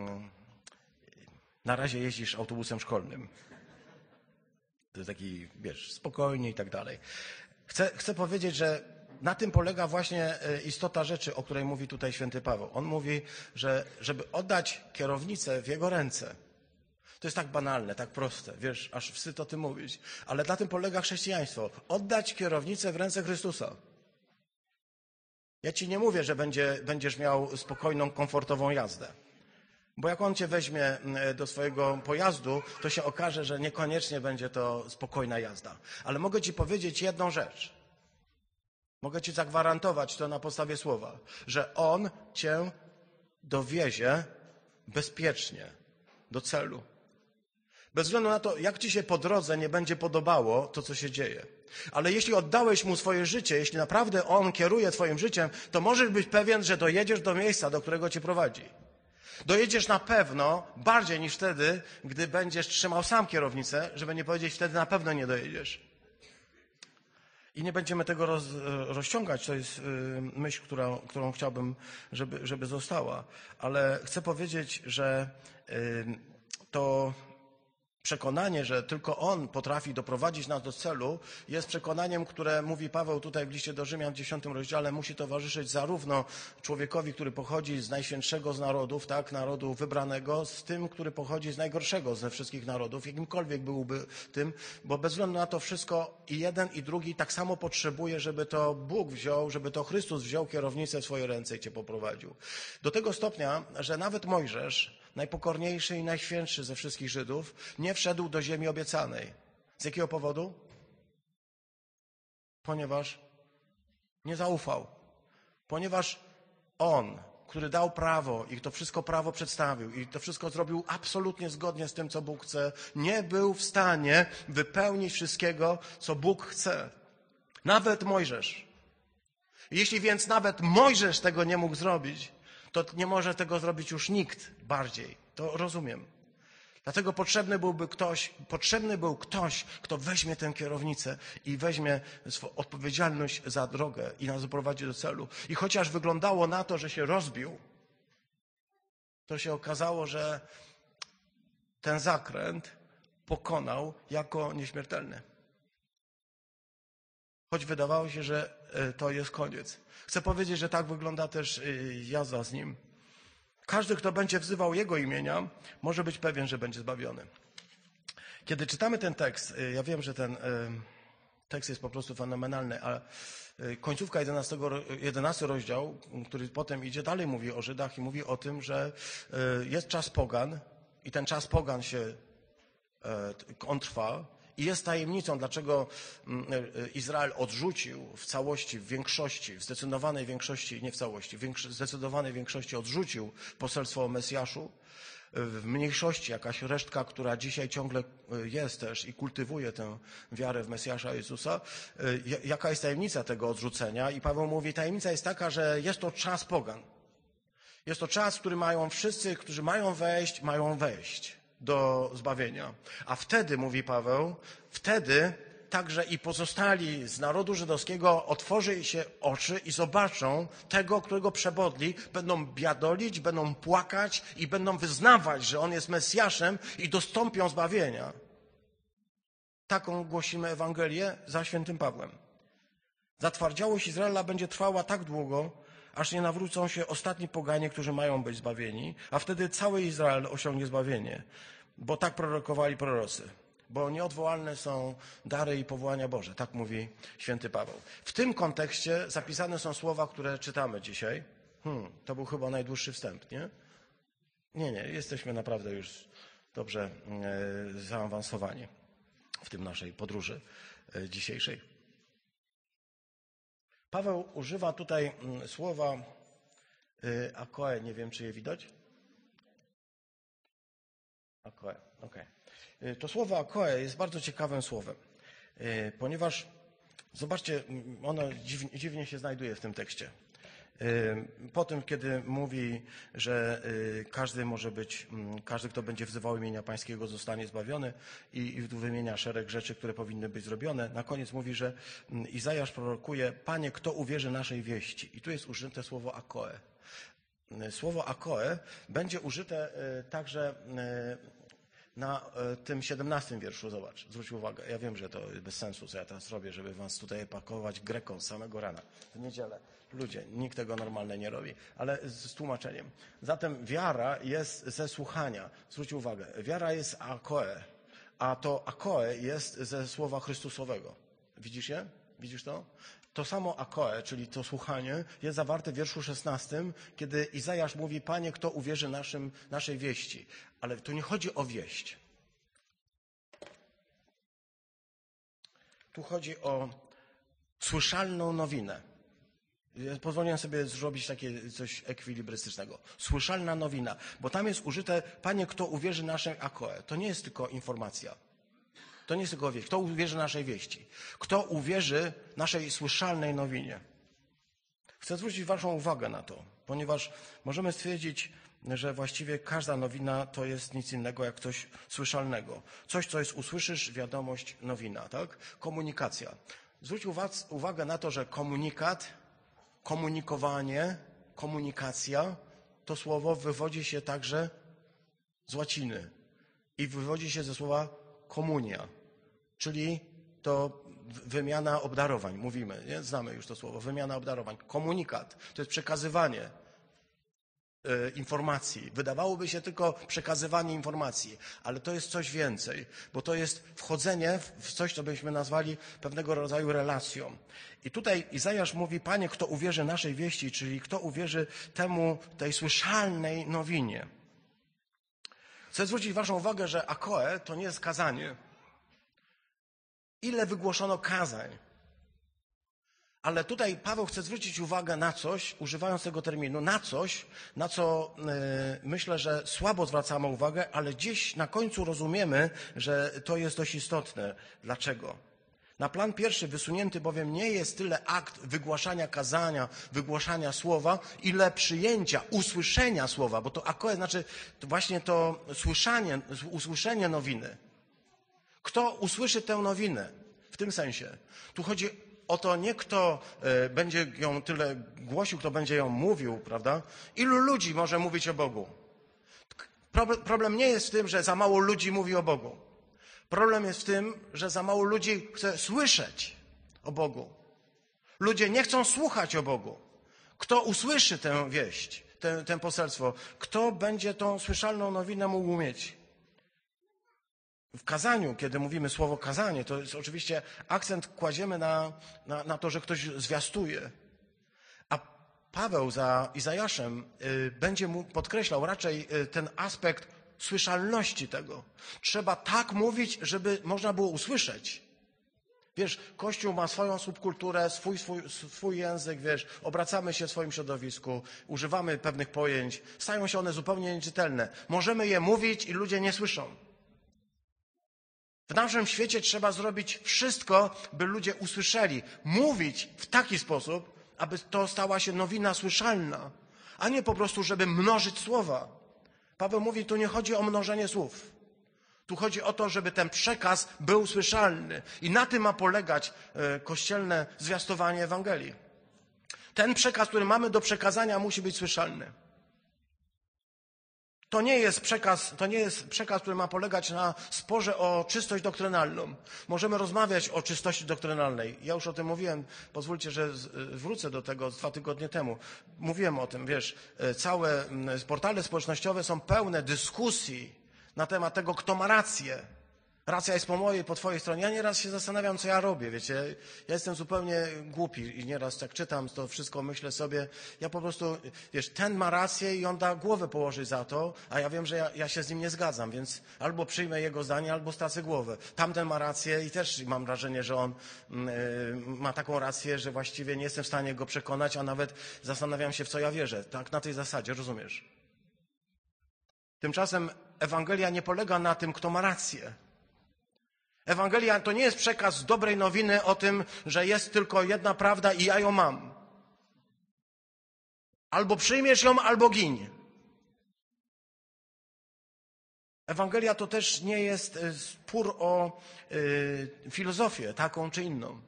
na razie jeździsz autobusem szkolnym. To jest taki, wiesz, spokojnie i tak dalej. Chcę powiedzieć, że na tym polega właśnie istota rzeczy, o której mówi tutaj święty Paweł. On mówi, że żeby oddać kierownicę w jego ręce, to jest tak banalne, tak proste, wiesz, aż wstyd o tym mówić, ale na tym polega chrześcijaństwo. Oddać kierownicę w ręce Chrystusa. Ja ci nie mówię, że będziesz miał spokojną, komfortową jazdę. Bo jak on cię weźmie do swojego pojazdu, to się okaże, że niekoniecznie będzie to spokojna jazda. Ale mogę ci powiedzieć jedną rzecz. Mogę ci zagwarantować to na podstawie słowa, że on cię dowiezie bezpiecznie do celu. Bez względu na to, jak ci się po drodze nie będzie podobało to, co się dzieje. Ale jeśli oddałeś mu swoje życie, jeśli naprawdę on kieruje twoim życiem, to możesz być pewien, że dojedziesz do miejsca, do którego cię prowadzi. Dojedziesz na pewno bardziej niż wtedy, gdy będziesz trzymał sam kierownicę, żeby nie powiedzieć, wtedy na pewno nie dojedziesz. I nie będziemy tego rozciągać, to jest myśl, którą chciałbym, żeby została. Ale chcę powiedzieć, że to przekonanie, że tylko On potrafi doprowadzić nas do celu, jest przekonaniem, które mówi Paweł tutaj w liście do Rzymian w 10 rozdziale, musi towarzyszyć zarówno człowiekowi, który pochodzi z najświętszego z narodów, tak, narodu wybranego, z tym, który pochodzi z najgorszego ze wszystkich narodów, jakimkolwiek byłby tym, bo bez względu na to wszystko i jeden i drugi tak samo potrzebuje, żeby to Bóg wziął, żeby to Chrystus wziął kierownicę w swoje ręce i cię poprowadził. Do tego stopnia, że nawet Mojżesz, najpokorniejszy i najświętszy ze wszystkich Żydów, nie wszedł do ziemi obiecanej. Z jakiego powodu? Ponieważ nie zaufał. Ponieważ on, który dał prawo i to wszystko prawo przedstawił i to wszystko zrobił absolutnie zgodnie z tym, co Bóg chce, nie był w stanie wypełnić wszystkiego, co Bóg chce. Nawet Mojżesz. Jeśli więc nawet Mojżesz tego nie mógł zrobić, to nie może tego zrobić już nikt bardziej. To rozumiem. Dlatego potrzebny był ktoś, kto weźmie tę kierownicę i weźmie odpowiedzialność za drogę i nas doprowadzi do celu. I chociaż wyglądało na to, że się rozbił, to się okazało, że ten zakręt pokonał jako nieśmiertelny. Choć wydawało się, że to jest koniec. Chcę powiedzieć, że tak wygląda też jazda z nim. Każdy, kto będzie wzywał Jego imienia, może być pewien, że będzie zbawiony. Kiedy czytamy ten tekst, ja wiem, że ten tekst jest po prostu fenomenalny, ale końcówka 11 rozdział, który potem idzie dalej, mówi o Żydach i mówi o tym, że jest czas pogan i ten czas pogan on trwa i jest tajemnicą, dlaczego Izrael odrzucił w całości, w większości, w zdecydowanej większości, nie w całości, w zdecydowanej większości odrzucił poselstwo o Mesjaszu. W mniejszości jakaś resztka, która dzisiaj ciągle jest też i kultywuje tę wiarę w Mesjasza Jezusa. Jaka jest tajemnica tego odrzucenia? I Paweł mówi, tajemnica jest taka, że jest to czas pogan. Jest to czas, w którym mają wszyscy, którzy mają wejść do zbawienia. A wtedy, mówi Paweł, wtedy także i pozostali z narodu żydowskiego otworzy się oczy i zobaczą tego, którego przebodli, będą biadolić, będą płakać i będą wyznawać, że On jest Mesjaszem i dostąpią zbawienia. Taką głosimy Ewangelię za świętym Pawłem. Zatwardziałość Izraela będzie trwała tak długo, aż nie nawrócą się ostatni poganie, którzy mają być zbawieni, a wtedy cały Izrael osiągnie zbawienie, bo tak prorokowali prorocy. Bo nieodwołalne są dary i powołania Boże, tak mówi święty Paweł. W tym kontekście zapisane są słowa, które czytamy dzisiaj. To był chyba najdłuższy wstęp, nie? Nie, jesteśmy naprawdę już dobrze zaawansowani w tym naszej podróży dzisiejszej. Paweł używa tutaj słowa akoe, nie wiem, czy je widać? Akoe, okej. To słowo akoe jest bardzo ciekawym słowem, ponieważ, zobaczcie, ono dziwnie się znajduje w tym tekście. Po tym, kiedy mówi, że każdy, kto będzie wzywał imienia Pańskiego, zostanie zbawiony i wymienia szereg rzeczy, które powinny być zrobione. Na koniec mówi, że Izajasz prorokuje, Panie, kto uwierzy naszej wieści? I tu jest użyte słowo akoe. Słowo akoe będzie użyte także na tym 17 wierszu. Zobacz, zwróć uwagę. Ja wiem, że to jest bez sensu, co ja teraz robię, żeby was tutaj pakować greką z samego rana w niedzielę. Ludzie, nikt tego normalnie nie robi, ale z tłumaczeniem. Zatem wiara jest ze słuchania. Zwróć uwagę, wiara jest akoe, a to akoe jest ze słowa Chrystusowego. Widzisz je? Widzisz to? To samo akoe, czyli to słuchanie, jest zawarte w wierszu 16, kiedy Izajasz mówi, Panie, kto uwierzy naszej wieści. Ale tu nie chodzi o wieść. Tu chodzi o słyszalną nowinę. Pozwoliłem sobie zrobić takie coś ekwilibrystycznego. Słyszalna nowina, bo tam jest użyte, Panie, kto uwierzy naszej akoe. To nie jest tylko informacja. To nie jest tylko wieść. Kto uwierzy naszej wieści? Kto uwierzy naszej słyszalnej nowinie? Chcę zwrócić waszą uwagę na to, ponieważ możemy stwierdzić, że właściwie każda nowina to jest nic innego jak coś słyszalnego. Coś, co jest usłyszysz, wiadomość, nowina, tak? Komunikacja. Zwróć uwagę na to, że komunikat, komunikowanie, komunikacja, to słowo wywodzi się także z łaciny i wywodzi się ze słowa komunia, czyli to wymiana obdarowań, mówimy, nie? Znamy już to słowo, wymiana obdarowań. Komunikat, to jest przekazywanie informacji. Wydawałoby się tylko przekazywanie informacji, ale to jest coś więcej, bo to jest wchodzenie w coś, co byśmy nazwali pewnego rodzaju relacją. I tutaj Izajasz mówi, Panie, kto uwierzy naszej wieści, czyli kto uwierzy tej słyszalnej nowinie. Chcę zwrócić waszą uwagę, że akoe to nie jest kazanie. Ile wygłoszono kazań? Ale tutaj Paweł chce zwrócić uwagę na coś, używając tego terminu, na coś, na co myślę, że słabo zwracamy uwagę, ale gdzieś na końcu rozumiemy, że to jest dość istotne. Dlaczego? Na plan pierwszy wysunięty bowiem nie jest tyle akt wygłaszania kazania, wygłaszania słowa, ile przyjęcia, usłyszenia słowa, bo to akurat znaczy to właśnie to usłyszenie nowiny. Kto usłyszy tę nowinę? W tym sensie. Tu chodzi o to nie kto będzie ją tyle głosił, kto będzie ją mówił, prawda? Ilu ludzi może mówić o Bogu? Problem nie jest w tym, że za mało ludzi mówi o Bogu. Problem jest w tym, że za mało ludzi chce słyszeć o Bogu. Ludzie nie chcą słuchać o Bogu. Kto usłyszy tę wieść, tę poselstwo? Kto będzie tą słyszalną nowinę mógł mieć? W kazaniu, kiedy mówimy słowo kazanie, to jest oczywiście akcent kładziemy na to, że ktoś zwiastuje. A Paweł za Izajaszem będzie mu podkreślał raczej ten aspekt słyszalności tego. Trzeba tak mówić, żeby można było usłyszeć. Wiesz, Kościół ma swoją subkulturę, swój język, wiesz, obracamy się w swoim środowisku, używamy pewnych pojęć, stają się one zupełnie nieczytelne. Możemy je mówić i ludzie nie słyszą. W naszym świecie trzeba zrobić wszystko, by ludzie usłyszeli. Mówić w taki sposób, aby to stała się nowina słyszalna, a nie po prostu, żeby mnożyć słowa. Paweł mówi, tu nie chodzi o mnożenie słów. Tu chodzi o to, żeby ten przekaz był słyszalny. I na tym ma polegać kościelne zwiastowanie Ewangelii. Ten przekaz, który mamy do przekazania, musi być słyszalny. To nie jest przekaz, który ma polegać na sporze o czystość doktrynalną. Możemy rozmawiać o czystości doktrynalnej. Ja już o tym mówiłem, pozwólcie, że wrócę do tego 2 tygodnie temu. Mówiłem o tym, wiesz, całe portale społecznościowe są pełne dyskusji na temat tego, kto ma rację. Racja jest po mojej, po twojej stronie. Ja nieraz się zastanawiam, co ja robię, wiecie. Ja jestem zupełnie głupi i nieraz jak czytam to wszystko, myślę sobie, ja po prostu, wiesz, ten ma rację i on da głowę położyć za to, a ja wiem, że ja się z nim nie zgadzam, więc albo przyjmę jego zdanie, albo stracę głowę. Tamten ma rację i też mam wrażenie, że on ma taką rację, że właściwie nie jestem w stanie go przekonać, a nawet zastanawiam się, w co ja wierzę. Tak na tej zasadzie, rozumiesz? Tymczasem Ewangelia nie polega na tym, kto ma rację. Ewangelia to nie jest przekaz dobrej nowiny o tym, że jest tylko jedna prawda i ja ją mam. Albo przyjmiesz ją, albo giń. Ewangelia to też nie jest spór o filozofię, taką czy inną.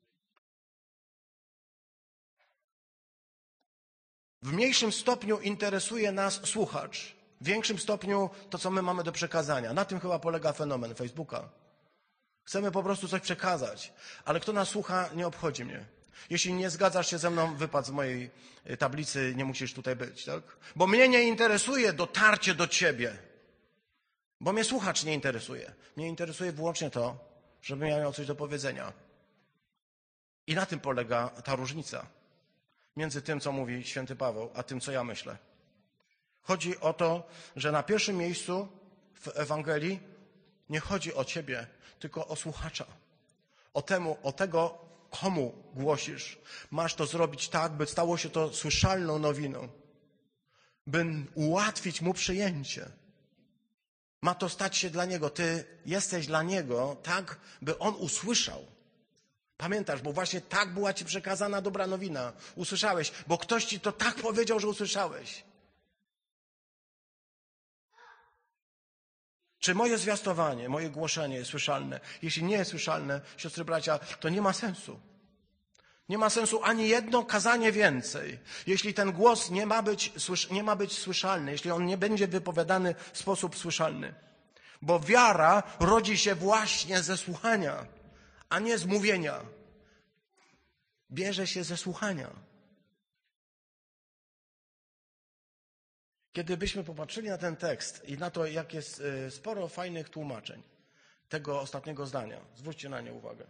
W mniejszym stopniu interesuje nas słuchacz. W większym stopniu to, co my mamy do przekazania. Na tym chyba polega fenomen Facebooka. Chcemy po prostu coś przekazać, ale kto nas słucha, nie obchodzi mnie. Jeśli nie zgadzasz się ze mną, wypad z mojej tablicy, nie musisz tutaj być, tak? Bo mnie nie interesuje dotarcie do ciebie, bo mnie słuchacz nie interesuje. Mnie interesuje wyłącznie to, żebym ja miał coś do powiedzenia. I na tym polega ta różnica między tym, co mówi święty Paweł, a tym, co ja myślę. Chodzi o to, że na pierwszym miejscu w Ewangelii nie chodzi o ciebie, tylko o słuchacza. O tego, komu głosisz. Masz to zrobić tak, by stało się to słyszalną nowiną. By ułatwić mu przyjęcie. Ma to stać się dla niego. Ty jesteś dla niego tak, by on usłyszał. Pamiętasz, bo właśnie tak była ci przekazana dobra nowina. Usłyszałeś, bo ktoś ci to tak powiedział, że usłyszałeś. Czy moje zwiastowanie, moje głoszenie jest słyszalne? Jeśli nie jest słyszalne, siostry, bracia, to nie ma sensu. Nie ma sensu ani jedno kazanie więcej. Jeśli ten głos nie ma być słyszalny, jeśli on nie będzie wypowiadany w sposób słyszalny. Bo wiara rodzi się właśnie ze słuchania, a nie z mówienia. Bierze się ze słuchania. Kiedy byśmy popatrzyli na ten tekst i na to, jak jest sporo fajnych tłumaczeń tego ostatniego zdania, zwróćcie na nie uwagę.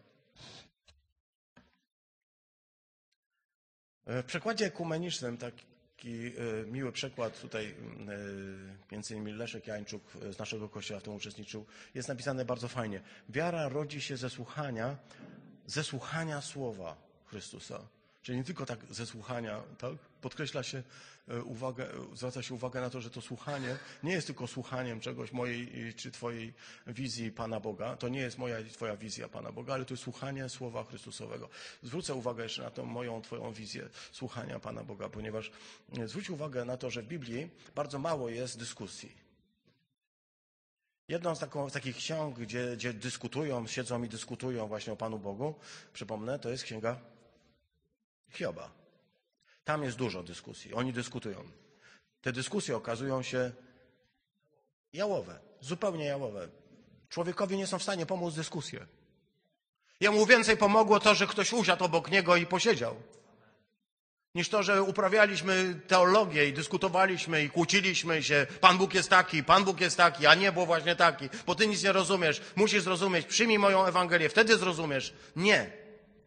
W przekładzie ekumenicznym, taki miły przekład tutaj, między innymi Leszek Jańczuk z naszego kościoła w tym uczestniczył, jest napisane bardzo fajnie. Wiara rodzi się ze słuchania słowa Chrystusa. Czyli nie tylko tak ze słuchania, tak? Podkreśla się zwraca się uwagę na to, że to słuchanie nie jest tylko słuchaniem czegoś mojej czy twojej wizji Pana Boga. To nie jest moja i twoja wizja Pana Boga, ale to jest słuchanie Słowa Chrystusowego. Zwrócę uwagę jeszcze na tą moją, twoją wizję słuchania Pana Boga, ponieważ zwróć uwagę na to, że w Biblii bardzo mało jest dyskusji. Jedną z takich ksiąg, gdzie dyskutują, siedzą i dyskutują właśnie o Panu Bogu, przypomnę, to jest księga Hioba. Tam jest dużo dyskusji. Oni dyskutują. Te dyskusje okazują się jałowe. Zupełnie jałowe. Człowiekowi nie są w stanie pomóc dyskusje. Jemu więcej pomogło to, że ktoś usiadł obok niego i posiedział, niż to, że uprawialiśmy teologię i dyskutowaliśmy i kłóciliśmy się. Pan Bóg jest taki, a nie był właśnie taki, bo ty nic nie rozumiesz. Musisz zrozumieć, przyjmij moją Ewangelię, wtedy zrozumiesz. Nie.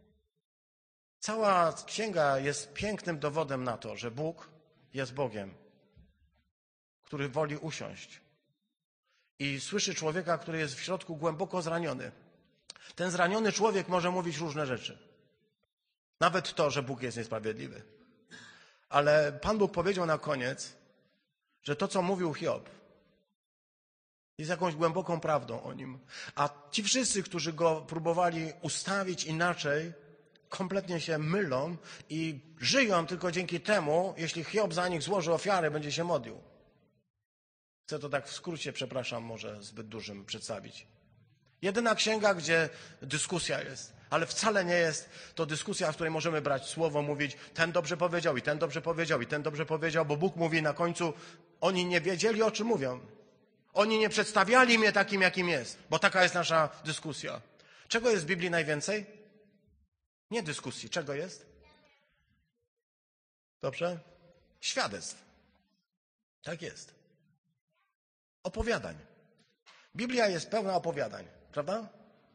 Cała księga jest pięknym dowodem na to, że Bóg jest Bogiem, który woli usiąść i słyszy człowieka, który jest w środku głęboko zraniony. Ten zraniony człowiek może mówić różne rzeczy. Nawet to, że Bóg jest niesprawiedliwy. Ale Pan Bóg powiedział na koniec, że to, co mówił Hiob, jest jakąś głęboką prawdą o nim. A ci wszyscy, którzy go próbowali ustawić inaczej, kompletnie się mylą i żyją tylko dzięki temu, jeśli Hiob za nich złoży ofiarę, będzie się modlił. Chcę to tak w skrócie, przepraszam, może zbyt dużym przedstawić. Jedyna księga, gdzie dyskusja jest, ale wcale nie jest to dyskusja, w której możemy brać słowo, mówić, ten dobrze powiedział i ten dobrze powiedział i ten dobrze powiedział, bo Bóg mówi na końcu, oni nie wiedzieli, o czym mówią. Oni nie przedstawiali mnie takim, jakim jest, bo taka jest nasza dyskusja. Czego jest w Biblii najwięcej? Nie dyskusji. Czego jest? Dobrze? Świadectw. Tak jest. Opowiadań. Biblia jest pełna opowiadań, prawda?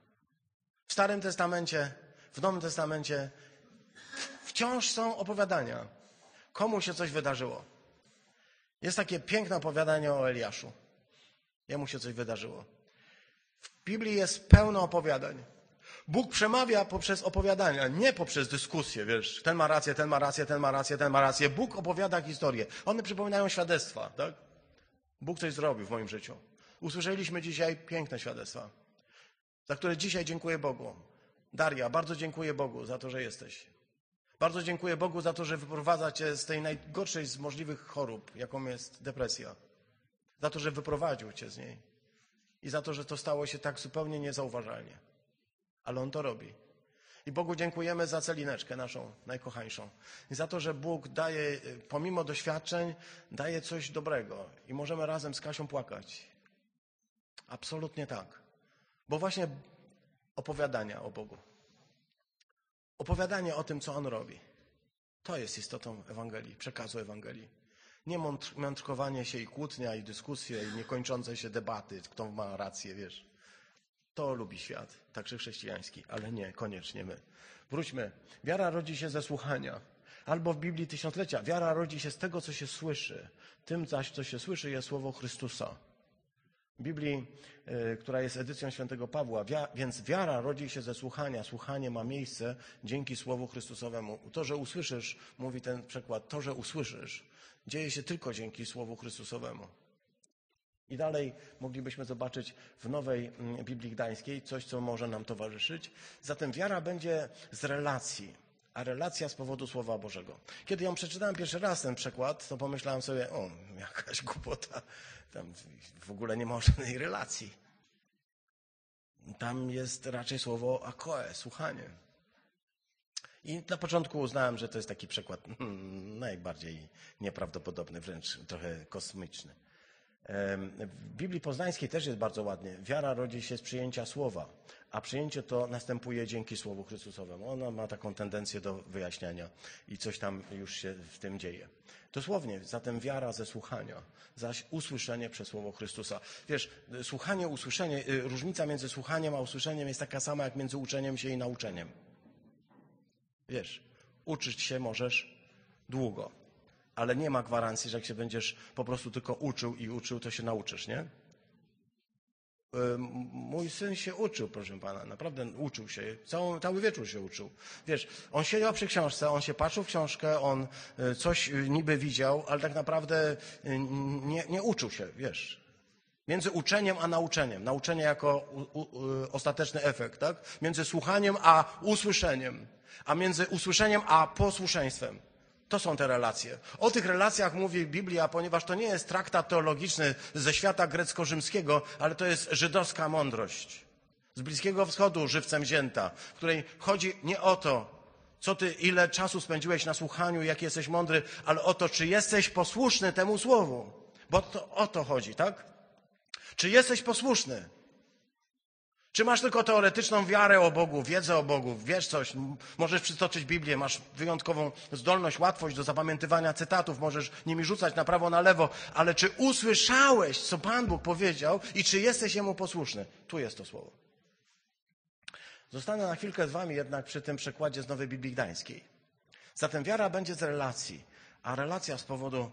W Starym Testamencie, w Nowym Testamencie wciąż są opowiadania. Komu się coś wydarzyło. Jest takie piękne opowiadanie o Eliaszu. Jemu się coś wydarzyło. W Biblii jest pełno opowiadań. Bóg przemawia poprzez opowiadania, nie poprzez dyskusję, wiesz, ten ma rację, ten ma rację, ten ma rację, ten ma rację. Bóg opowiada historię. One przypominają świadectwa, tak? Bóg coś zrobił w moim życiu. Usłyszeliśmy dzisiaj piękne świadectwa, za które dzisiaj dziękuję Bogu. Daria, bardzo dziękuję Bogu za to, że jesteś. Bardzo dziękuję Bogu za to, że wyprowadza cię z tej najgorszej z możliwych chorób, jaką jest depresja. Za to, że wyprowadził cię z niej. I za to, że to stało się tak zupełnie niezauważalnie. Ale On to robi. I Bogu dziękujemy za Celineczkę, naszą najkochańszą. I za to, że Bóg daje, pomimo doświadczeń, daje coś dobrego. I możemy razem z Kasią płakać. Absolutnie tak. Bo właśnie opowiadania o Bogu. Opowiadanie o tym, co On robi. To jest istotą Ewangelii, przekazu Ewangelii. Nie mądrkowanie się i kłótnia, i dyskusje, i niekończące się debaty, kto ma rację, wiesz. To lubi świat, także chrześcijański, ale nie, koniecznie my. Wróćmy. Wiara rodzi się ze słuchania. Albo w Biblii tysiąclecia. Wiara rodzi się z tego, co się słyszy. Tym zaś, co się słyszy, jest słowo Chrystusa. W Biblii, która jest edycją świętego Pawła, więc wiara rodzi się ze słuchania. Słuchanie ma miejsce dzięki słowu Chrystusowemu. To, że usłyszysz, mówi ten przekład, to, że usłyszysz, dzieje się tylko dzięki słowu Chrystusowemu. I dalej moglibyśmy zobaczyć w Nowej Biblii Gdańskiej coś, co może nam towarzyszyć. Zatem wiara będzie z relacji, a relacja z powodu Słowa Bożego. Kiedy ją przeczytałem pierwszy raz, ten przekład, to pomyślałem sobie, o, jakaś głupota, tam w ogóle nie ma żadnej relacji. Tam jest raczej słowo akoe, słuchanie. I na początku uznałem, że to jest taki przekład najbardziej nieprawdopodobny, wręcz trochę kosmiczny. W Biblii Poznańskiej też jest bardzo ładnie. Wiara rodzi się z przyjęcia słowa, a przyjęcie to następuje dzięki Słowu Chrystusowemu. Ona ma taką tendencję do wyjaśniania i coś tam już się w tym dzieje. Dosłownie, zatem wiara ze słuchania, zaś usłyszenie przez Słowo Chrystusa. Wiesz, słuchanie, usłyszenie, różnica między słuchaniem a usłyszeniem jest taka sama jak między uczeniem się i nauczeniem. Wiesz, uczyć się możesz długo. Ale nie ma gwarancji, że jak się będziesz po prostu tylko uczył i uczył, to się nauczysz, nie? Mój syn się uczył, proszę pana, naprawdę uczył się, cały wieczór się uczył. Wiesz, on siedział przy książce, on się patrzył w książkę, on coś niby widział, ale tak naprawdę nie uczył się, wiesz. Między uczeniem a nauczeniem. Nauczenie jako ostateczny efekt, tak? Między słuchaniem a usłyszeniem. A między usłyszeniem a posłuszeństwem. To są te relacje. O tych relacjach mówi Biblia, ponieważ to nie jest traktat teologiczny ze świata grecko-rzymskiego, ale to jest żydowska mądrość. Z Bliskiego Wschodu żywcem wzięta, w której chodzi nie o to, ile czasu spędziłeś na słuchaniu, jaki jesteś mądry, ale o to, czy jesteś posłuszny temu słowu. Bo to o to chodzi, tak? Czy jesteś posłuszny? Czy masz tylko teoretyczną wiarę o Bogu, wiedzę o Bogu, wiesz coś, możesz przytoczyć Biblię, masz wyjątkową zdolność, łatwość do zapamiętywania cytatów, możesz nimi rzucać na prawo, na lewo, ale czy usłyszałeś, co Pan Bóg powiedział i czy jesteś Jemu posłuszny? Tu jest to słowo. Zostanę na chwilkę z wami jednak przy tym przekładzie z Nowej Biblii Gdańskiej. Zatem wiara będzie z relacji, a relacja z powodu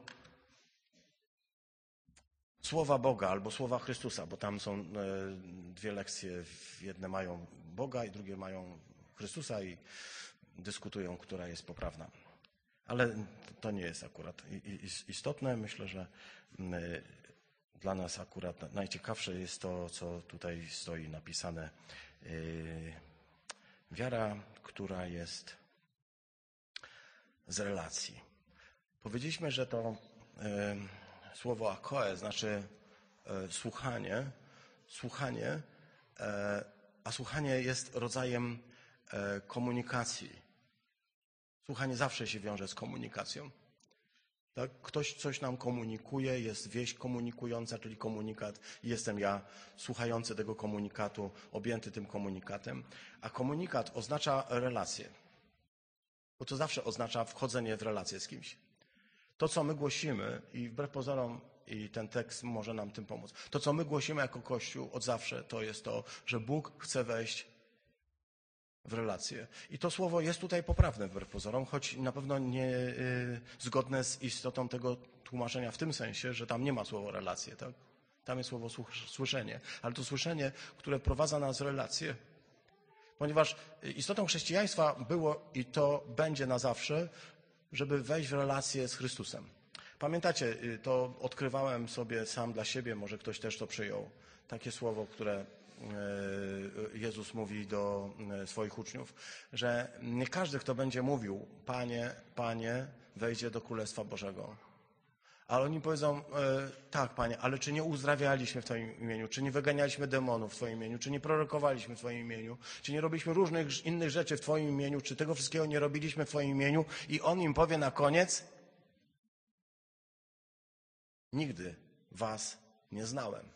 Słowa Boga albo Słowa Chrystusa, bo tam są dwie lekcje, jedne mają Boga i drugie mają Chrystusa i dyskutują, która jest poprawna. Ale to nie jest akurat istotne. Myślę, że dla nas akurat najciekawsze jest to, co tutaj stoi napisane. Wiara, która jest z relacji. Powiedzieliśmy, że to słowo akoe znaczy słuchanie, a słuchanie jest rodzajem komunikacji. Słuchanie zawsze się wiąże z komunikacją. Tak? Ktoś coś nam komunikuje, jest wieść komunikująca, czyli komunikat. Jestem ja, słuchający tego komunikatu, objęty tym komunikatem. A komunikat oznacza relacje, bo to zawsze oznacza wchodzenie w relację z kimś. To, co my głosimy, i wbrew pozorom, i ten tekst może nam tym pomóc, to, co my głosimy jako Kościół od zawsze, to jest to, że Bóg chce wejść w relacje. I to słowo jest tutaj poprawne wbrew pozorom, choć na pewno nie zgodne z istotą tego tłumaczenia w tym sensie, że tam nie ma słowa relacje, tak? Tam jest słowo słyszenie, ale to słyszenie, które prowadza nas w relacje. Ponieważ istotą chrześcijaństwa było i to będzie na zawsze, żeby wejść w relację z Chrystusem. Pamiętacie, to odkrywałem sobie sam dla siebie, może ktoś też to przyjął. Takie słowo, które Jezus mówi do swoich uczniów, że nie każdy, kto będzie mówił, Panie, Panie, wejdzie do Królestwa Bożego. Ale oni powiedzą, tak, Panie, ale czy nie uzdrawialiśmy w Twoim imieniu, czy nie wyganialiśmy demonów w Twoim imieniu, czy nie prorokowaliśmy w Twoim imieniu, czy nie robiliśmy różnych innych rzeczy w Twoim imieniu, czy tego wszystkiego nie robiliśmy w Twoim imieniu? I on im powie na koniec, nigdy was nie znałem.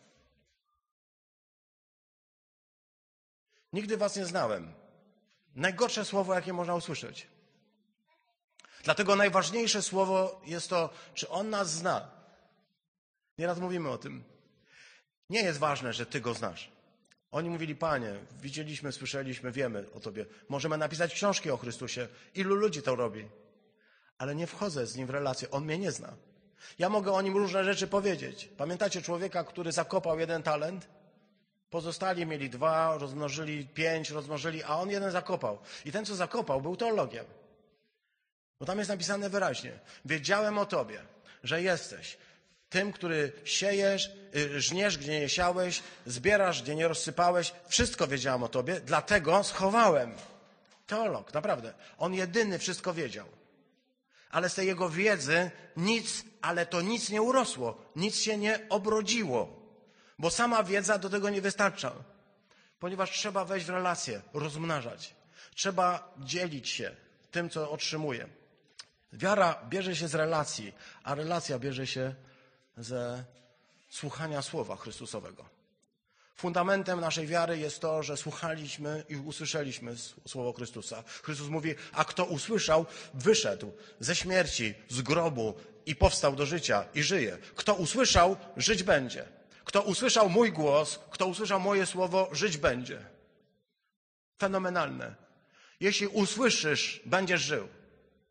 Nigdy was nie znałem. Najgorsze słowo, jakie można usłyszeć. Dlatego najważniejsze słowo jest to, czy on nas zna. Nieraz mówimy o tym. Nie jest ważne, że ty go znasz. Oni mówili, Panie, widzieliśmy, słyszeliśmy, wiemy o Tobie. Możemy napisać książki o Chrystusie. Ilu ludzi to robi? Ale nie wchodzę z nim w relację. On mnie nie zna. Ja mogę o nim różne rzeczy powiedzieć. Pamiętacie człowieka, który zakopał 1 talent? Pozostali mieli 2, rozmnożyli 5, rozmnożyli, a on 1 zakopał. I ten, co zakopał, był teologiem. Bo tam jest napisane wyraźnie. Wiedziałem o Tobie, że jesteś tym, który siejesz, żniesz, gdzie nie siałeś, zbierasz, gdzie nie rozsypałeś. Wszystko wiedziałem o Tobie, dlatego schowałem. Teolog, naprawdę. On jedyny wszystko wiedział. Ale z tej jego wiedzy nic nie urosło. Nic się nie obrodziło. Bo sama wiedza do tego nie wystarcza. Ponieważ trzeba wejść w relacje, rozmnażać. Trzeba dzielić się tym, co otrzymuje. Wiara bierze się z relacji, a relacja bierze się ze słuchania Słowa Chrystusowego. Fundamentem naszej wiary jest to, że słuchaliśmy i usłyszeliśmy Słowo Chrystusa. Chrystus mówi, a kto usłyszał, wyszedł ze śmierci, z grobu i powstał do życia i żyje. Kto usłyszał, żyć będzie. Kto usłyszał mój głos, kto usłyszał moje słowo, żyć będzie. Fenomenalne. Jeśli usłyszysz, będziesz żył.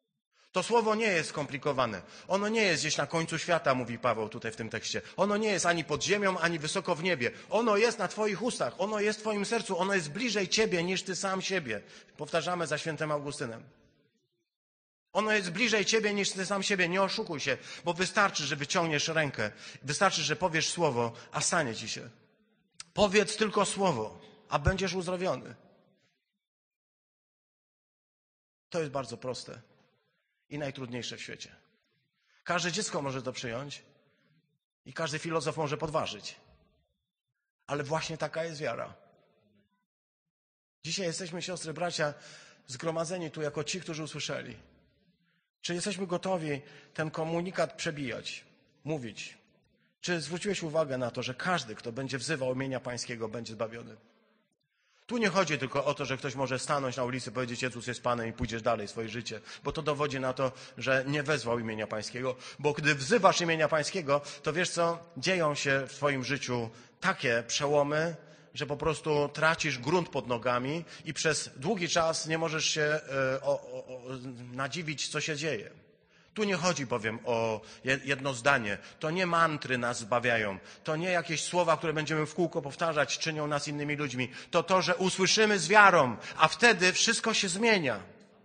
To słowo nie jest skomplikowane. Ono nie jest gdzieś na końcu świata, mówi Paweł tutaj w tym tekście. Ono nie jest ani pod ziemią, ani wysoko w niebie. Ono jest na twoich ustach, ono jest w twoim sercu, ono jest bliżej ciebie niż ty sam siebie. Powtarzamy za świętym Augustynem. Ono jest bliżej ciebie niż ty sam siebie. Nie oszukuj się, bo wystarczy, że wyciągniesz rękę. Wystarczy, że powiesz słowo, a stanie ci się. Powiedz tylko słowo, a będziesz uzdrowiony. To jest bardzo proste i najtrudniejsze w świecie. Każde dziecko może to przyjąć i każdy filozof może podważyć. Ale właśnie taka jest wiara. Dzisiaj jesteśmy, siostry, bracia, zgromadzeni tu jako ci, którzy usłyszeli. Czy jesteśmy gotowi ten komunikat przebijać, mówić? Czy zwróciłeś uwagę na to, że każdy, kto będzie wzywał imienia Pańskiego, będzie zbawiony? Tu nie chodzi tylko o to, że ktoś może stanąć na ulicy, powiedzieć: Jezus jest Panem i pójdziesz dalej swoje życie, bo to dowodzi na to, że nie wezwał imienia Pańskiego. Bo gdy wzywasz imienia Pańskiego, to wiesz co? Dzieją się w twoim życiu takie przełomy, że po prostu tracisz grunt pod nogami i przez długi czas nie możesz się nadziwić, co się dzieje. Tu nie chodzi bowiem o jedno zdanie. To nie mantry nas zbawiają. To nie jakieś słowa, które będziemy w kółko powtarzać, czynią nas innymi ludźmi. To to, że usłyszymy z wiarą, a wtedy wszystko się zmienia.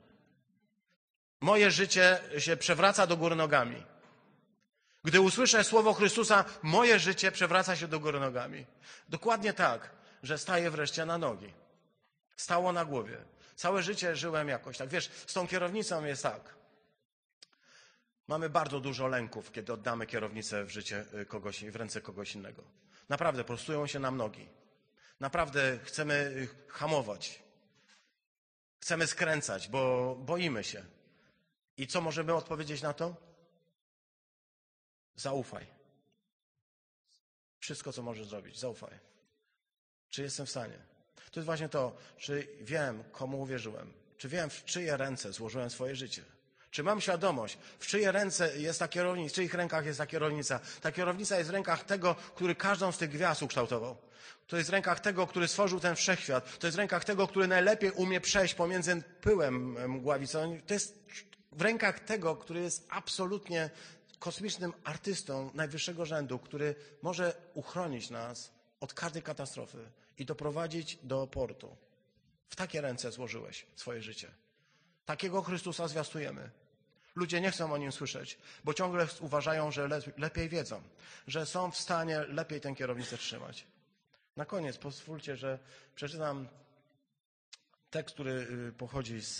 Moje życie się przewraca do góry nogami. Gdy usłyszę słowo Chrystusa, moje życie przewraca się do góry nogami. Dokładnie tak, że staję wreszcie na nogi. Stało na głowie. Całe życie żyłem jakoś tak. Wiesz, z tą kierownicą jest tak. Mamy bardzo dużo lęków, kiedy oddamy kierownicę w życie kogoś, w ręce kogoś innego. Naprawdę prostują się nam nogi. Naprawdę chcemy hamować. Chcemy skręcać, bo boimy się. I co możemy odpowiedzieć na to? Zaufaj. Wszystko, co możesz zrobić, zaufaj. Czy jestem w stanie? To jest właśnie to, czy wiem, komu uwierzyłem. Czy wiem, w czyje ręce złożyłem swoje życie. Czy mam świadomość, w czyje ręce jest ta kierownica, w czyich rękach jest ta kierownica? Ta kierownica jest w rękach tego, który każdą z tych gwiazd ukształtował. To jest w rękach tego, który stworzył ten wszechświat. To jest w rękach tego, który najlepiej umie przejść pomiędzy pyłem mgławicą. To jest w rękach tego, który jest absolutnie kosmicznym artystą najwyższego rzędu, który może uchronić nas od każdej katastrofy i doprowadzić do portu. W takie ręce złożyłeś swoje życie. Takiego Chrystusa zwiastujemy. Ludzie nie chcą o Nim słyszeć, bo ciągle uważają, że lepiej wiedzą, że są w stanie lepiej tę kierownicę trzymać. Na koniec pozwólcie, że przeczytam tekst, który pochodzi z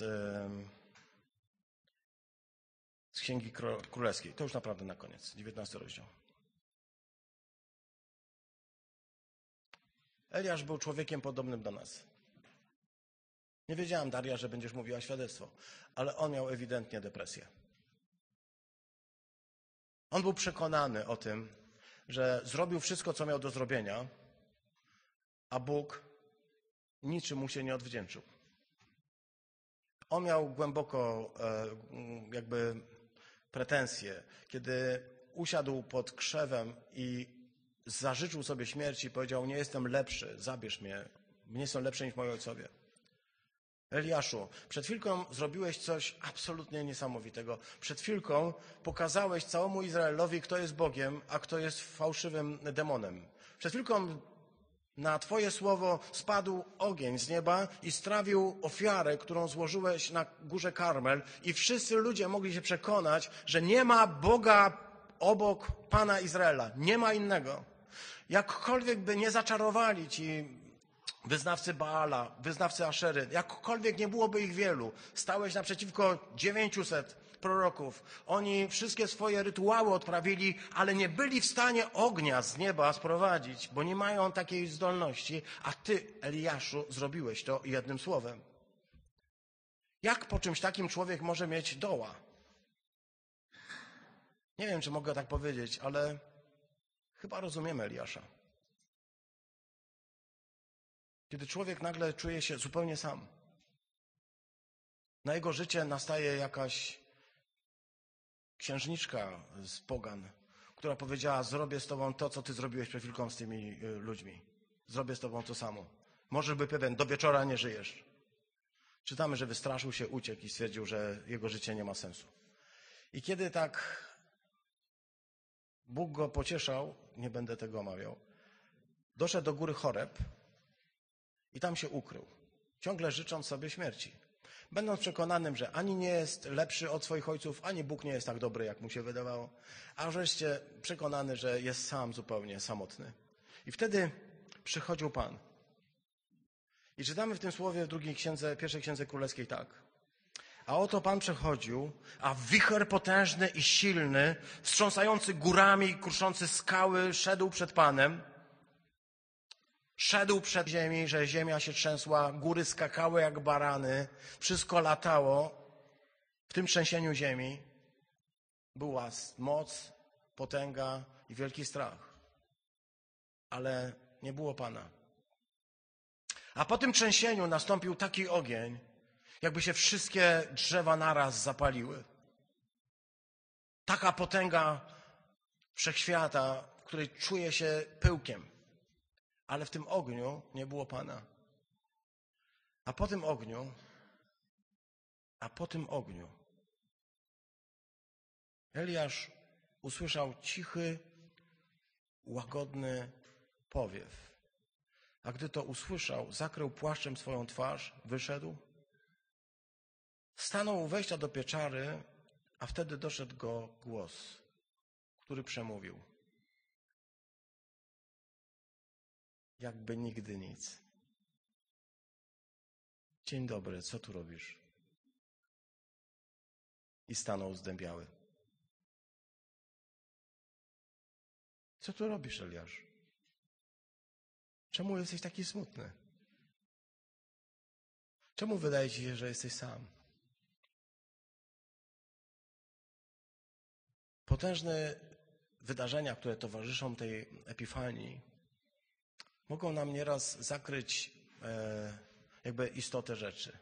Księgi Królewskiej. To już naprawdę na koniec, 19 rozdział. Eliasz był człowiekiem podobnym do nas. Nie wiedziałam, Daria, że będziesz mówiła świadectwo, ale on miał ewidentnie depresję. On był przekonany o tym, że zrobił wszystko, co miał do zrobienia, a Bóg niczym mu się nie odwdzięczył. On miał głęboko pretensje, kiedy usiadł pod krzewem i zażyczył sobie śmierci i powiedział: nie jestem lepszy, zabierz mnie, nie jestem lepszy niż moi ojcowie. Eliaszu, przed chwilką zrobiłeś coś absolutnie niesamowitego. Przed chwilką pokazałeś całemu Izraelowi, kto jest Bogiem, a kto jest fałszywym demonem. Przed chwilką na Twoje słowo spadł ogień z nieba i strawił ofiarę, którą złożyłeś na górze Karmel, i wszyscy ludzie mogli się przekonać, że nie ma Boga obok Pana Izraela. Nie ma innego. Jakkolwiek by nie zaczarowali ci wyznawcy Baala, wyznawcy Aszery, jakkolwiek nie byłoby ich wielu, stałeś naprzeciwko 900 proroków. Oni wszystkie swoje rytuały odprawili, ale nie byli w stanie ognia z nieba sprowadzić, bo nie mają takiej zdolności, a ty, Eliaszu, zrobiłeś to jednym słowem. Jak po czymś takim człowiek może mieć doła? Nie wiem, czy mogę tak powiedzieć, ale chyba rozumiemy Eliasza. Kiedy człowiek nagle czuje się zupełnie sam. Na jego życie nastaje jakaś księżniczka z pogan, która powiedziała: zrobię z tobą to, co ty zrobiłeś przed chwilką z tymi ludźmi. Zrobię z tobą to samo. Możesz być pewien, do wieczora nie żyjesz. Czytamy, że wystraszył się, uciekł i stwierdził, że jego życie nie ma sensu. I kiedy tak Bóg go pocieszał, nie będę tego omawiał, doszedł do góry Choreb i tam się ukrył, ciągle życząc sobie śmierci. Będąc przekonanym, że ani nie jest lepszy od swoich ojców, ani Bóg nie jest tak dobry, jak mu się wydawało, a wreszcie przekonany, że jest sam zupełnie samotny. I wtedy przychodził Pan. I czytamy w tym słowie w pierwszej księdze królewskiej tak. A oto Pan przechodził, a wicher potężny i silny, wstrząsający górami i kruszący skały, szedł przed Panem. Szedł przed ziemi, że ziemia się trzęsła, góry skakały jak barany, wszystko latało. W tym trzęsieniu ziemi była moc, potęga i wielki strach. Ale nie było Pana. A po tym trzęsieniu nastąpił taki ogień, jakby się wszystkie drzewa naraz zapaliły. Taka potęga wszechświata, w której czuje się pyłkiem. Ale w tym ogniu nie było Pana. A po tym ogniu Eliasz usłyszał cichy, łagodny powiew. A gdy to usłyszał, zakrył płaszczem swoją twarz, wyszedł, stanął u wejścia do pieczary, a wtedy doszedł go głos, który przemówił. Jakby nigdy nic. Dzień dobry, co tu robisz? I stanął zdębiały. Co tu robisz, Eliasz? Czemu jesteś taki smutny? Czemu wydaje ci się, że jesteś sam? Potężne wydarzenia, które towarzyszą tej epifanii, mogą nam nieraz zakryć jakby istotę rzeczy.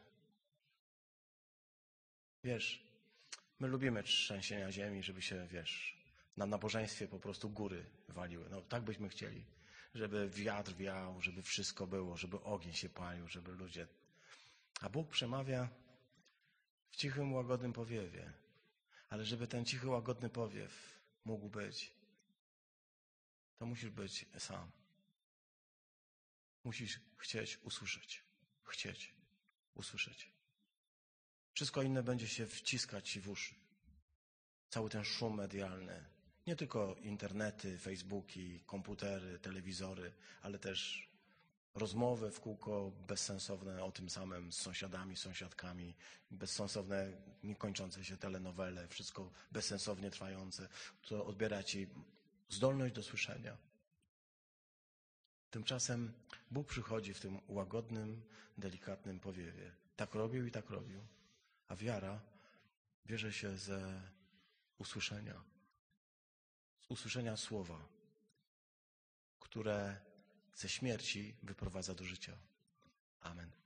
Wiesz, my lubimy trzęsienia ziemi, żeby się, na nabożeństwie po prostu góry waliły. No tak byśmy chcieli, żeby wiatr wiał, żeby wszystko było, żeby ogień się palił, żeby ludzie... A Bóg przemawia w cichym, łagodnym powiewie. Ale żeby ten cichy, łagodny powiew mógł być, to musisz być sam. Musisz chcieć usłyszeć. Wszystko inne będzie się wciskać ci w uszy. Cały ten szum medialny. Nie tylko internety, facebooki, komputery, telewizory, ale też rozmowy w kółko bezsensowne o tym samym z sąsiadami, sąsiadkami, bezsensowne, niekończące się telenowele, wszystko bezsensownie trwające, co odbiera ci zdolność do słyszenia. Tymczasem Bóg przychodzi w tym łagodnym, delikatnym powiewie. Tak robił i tak robił. A wiara bierze się ze usłyszenia słowa, które ze śmierci wyprowadza do życia. Amen.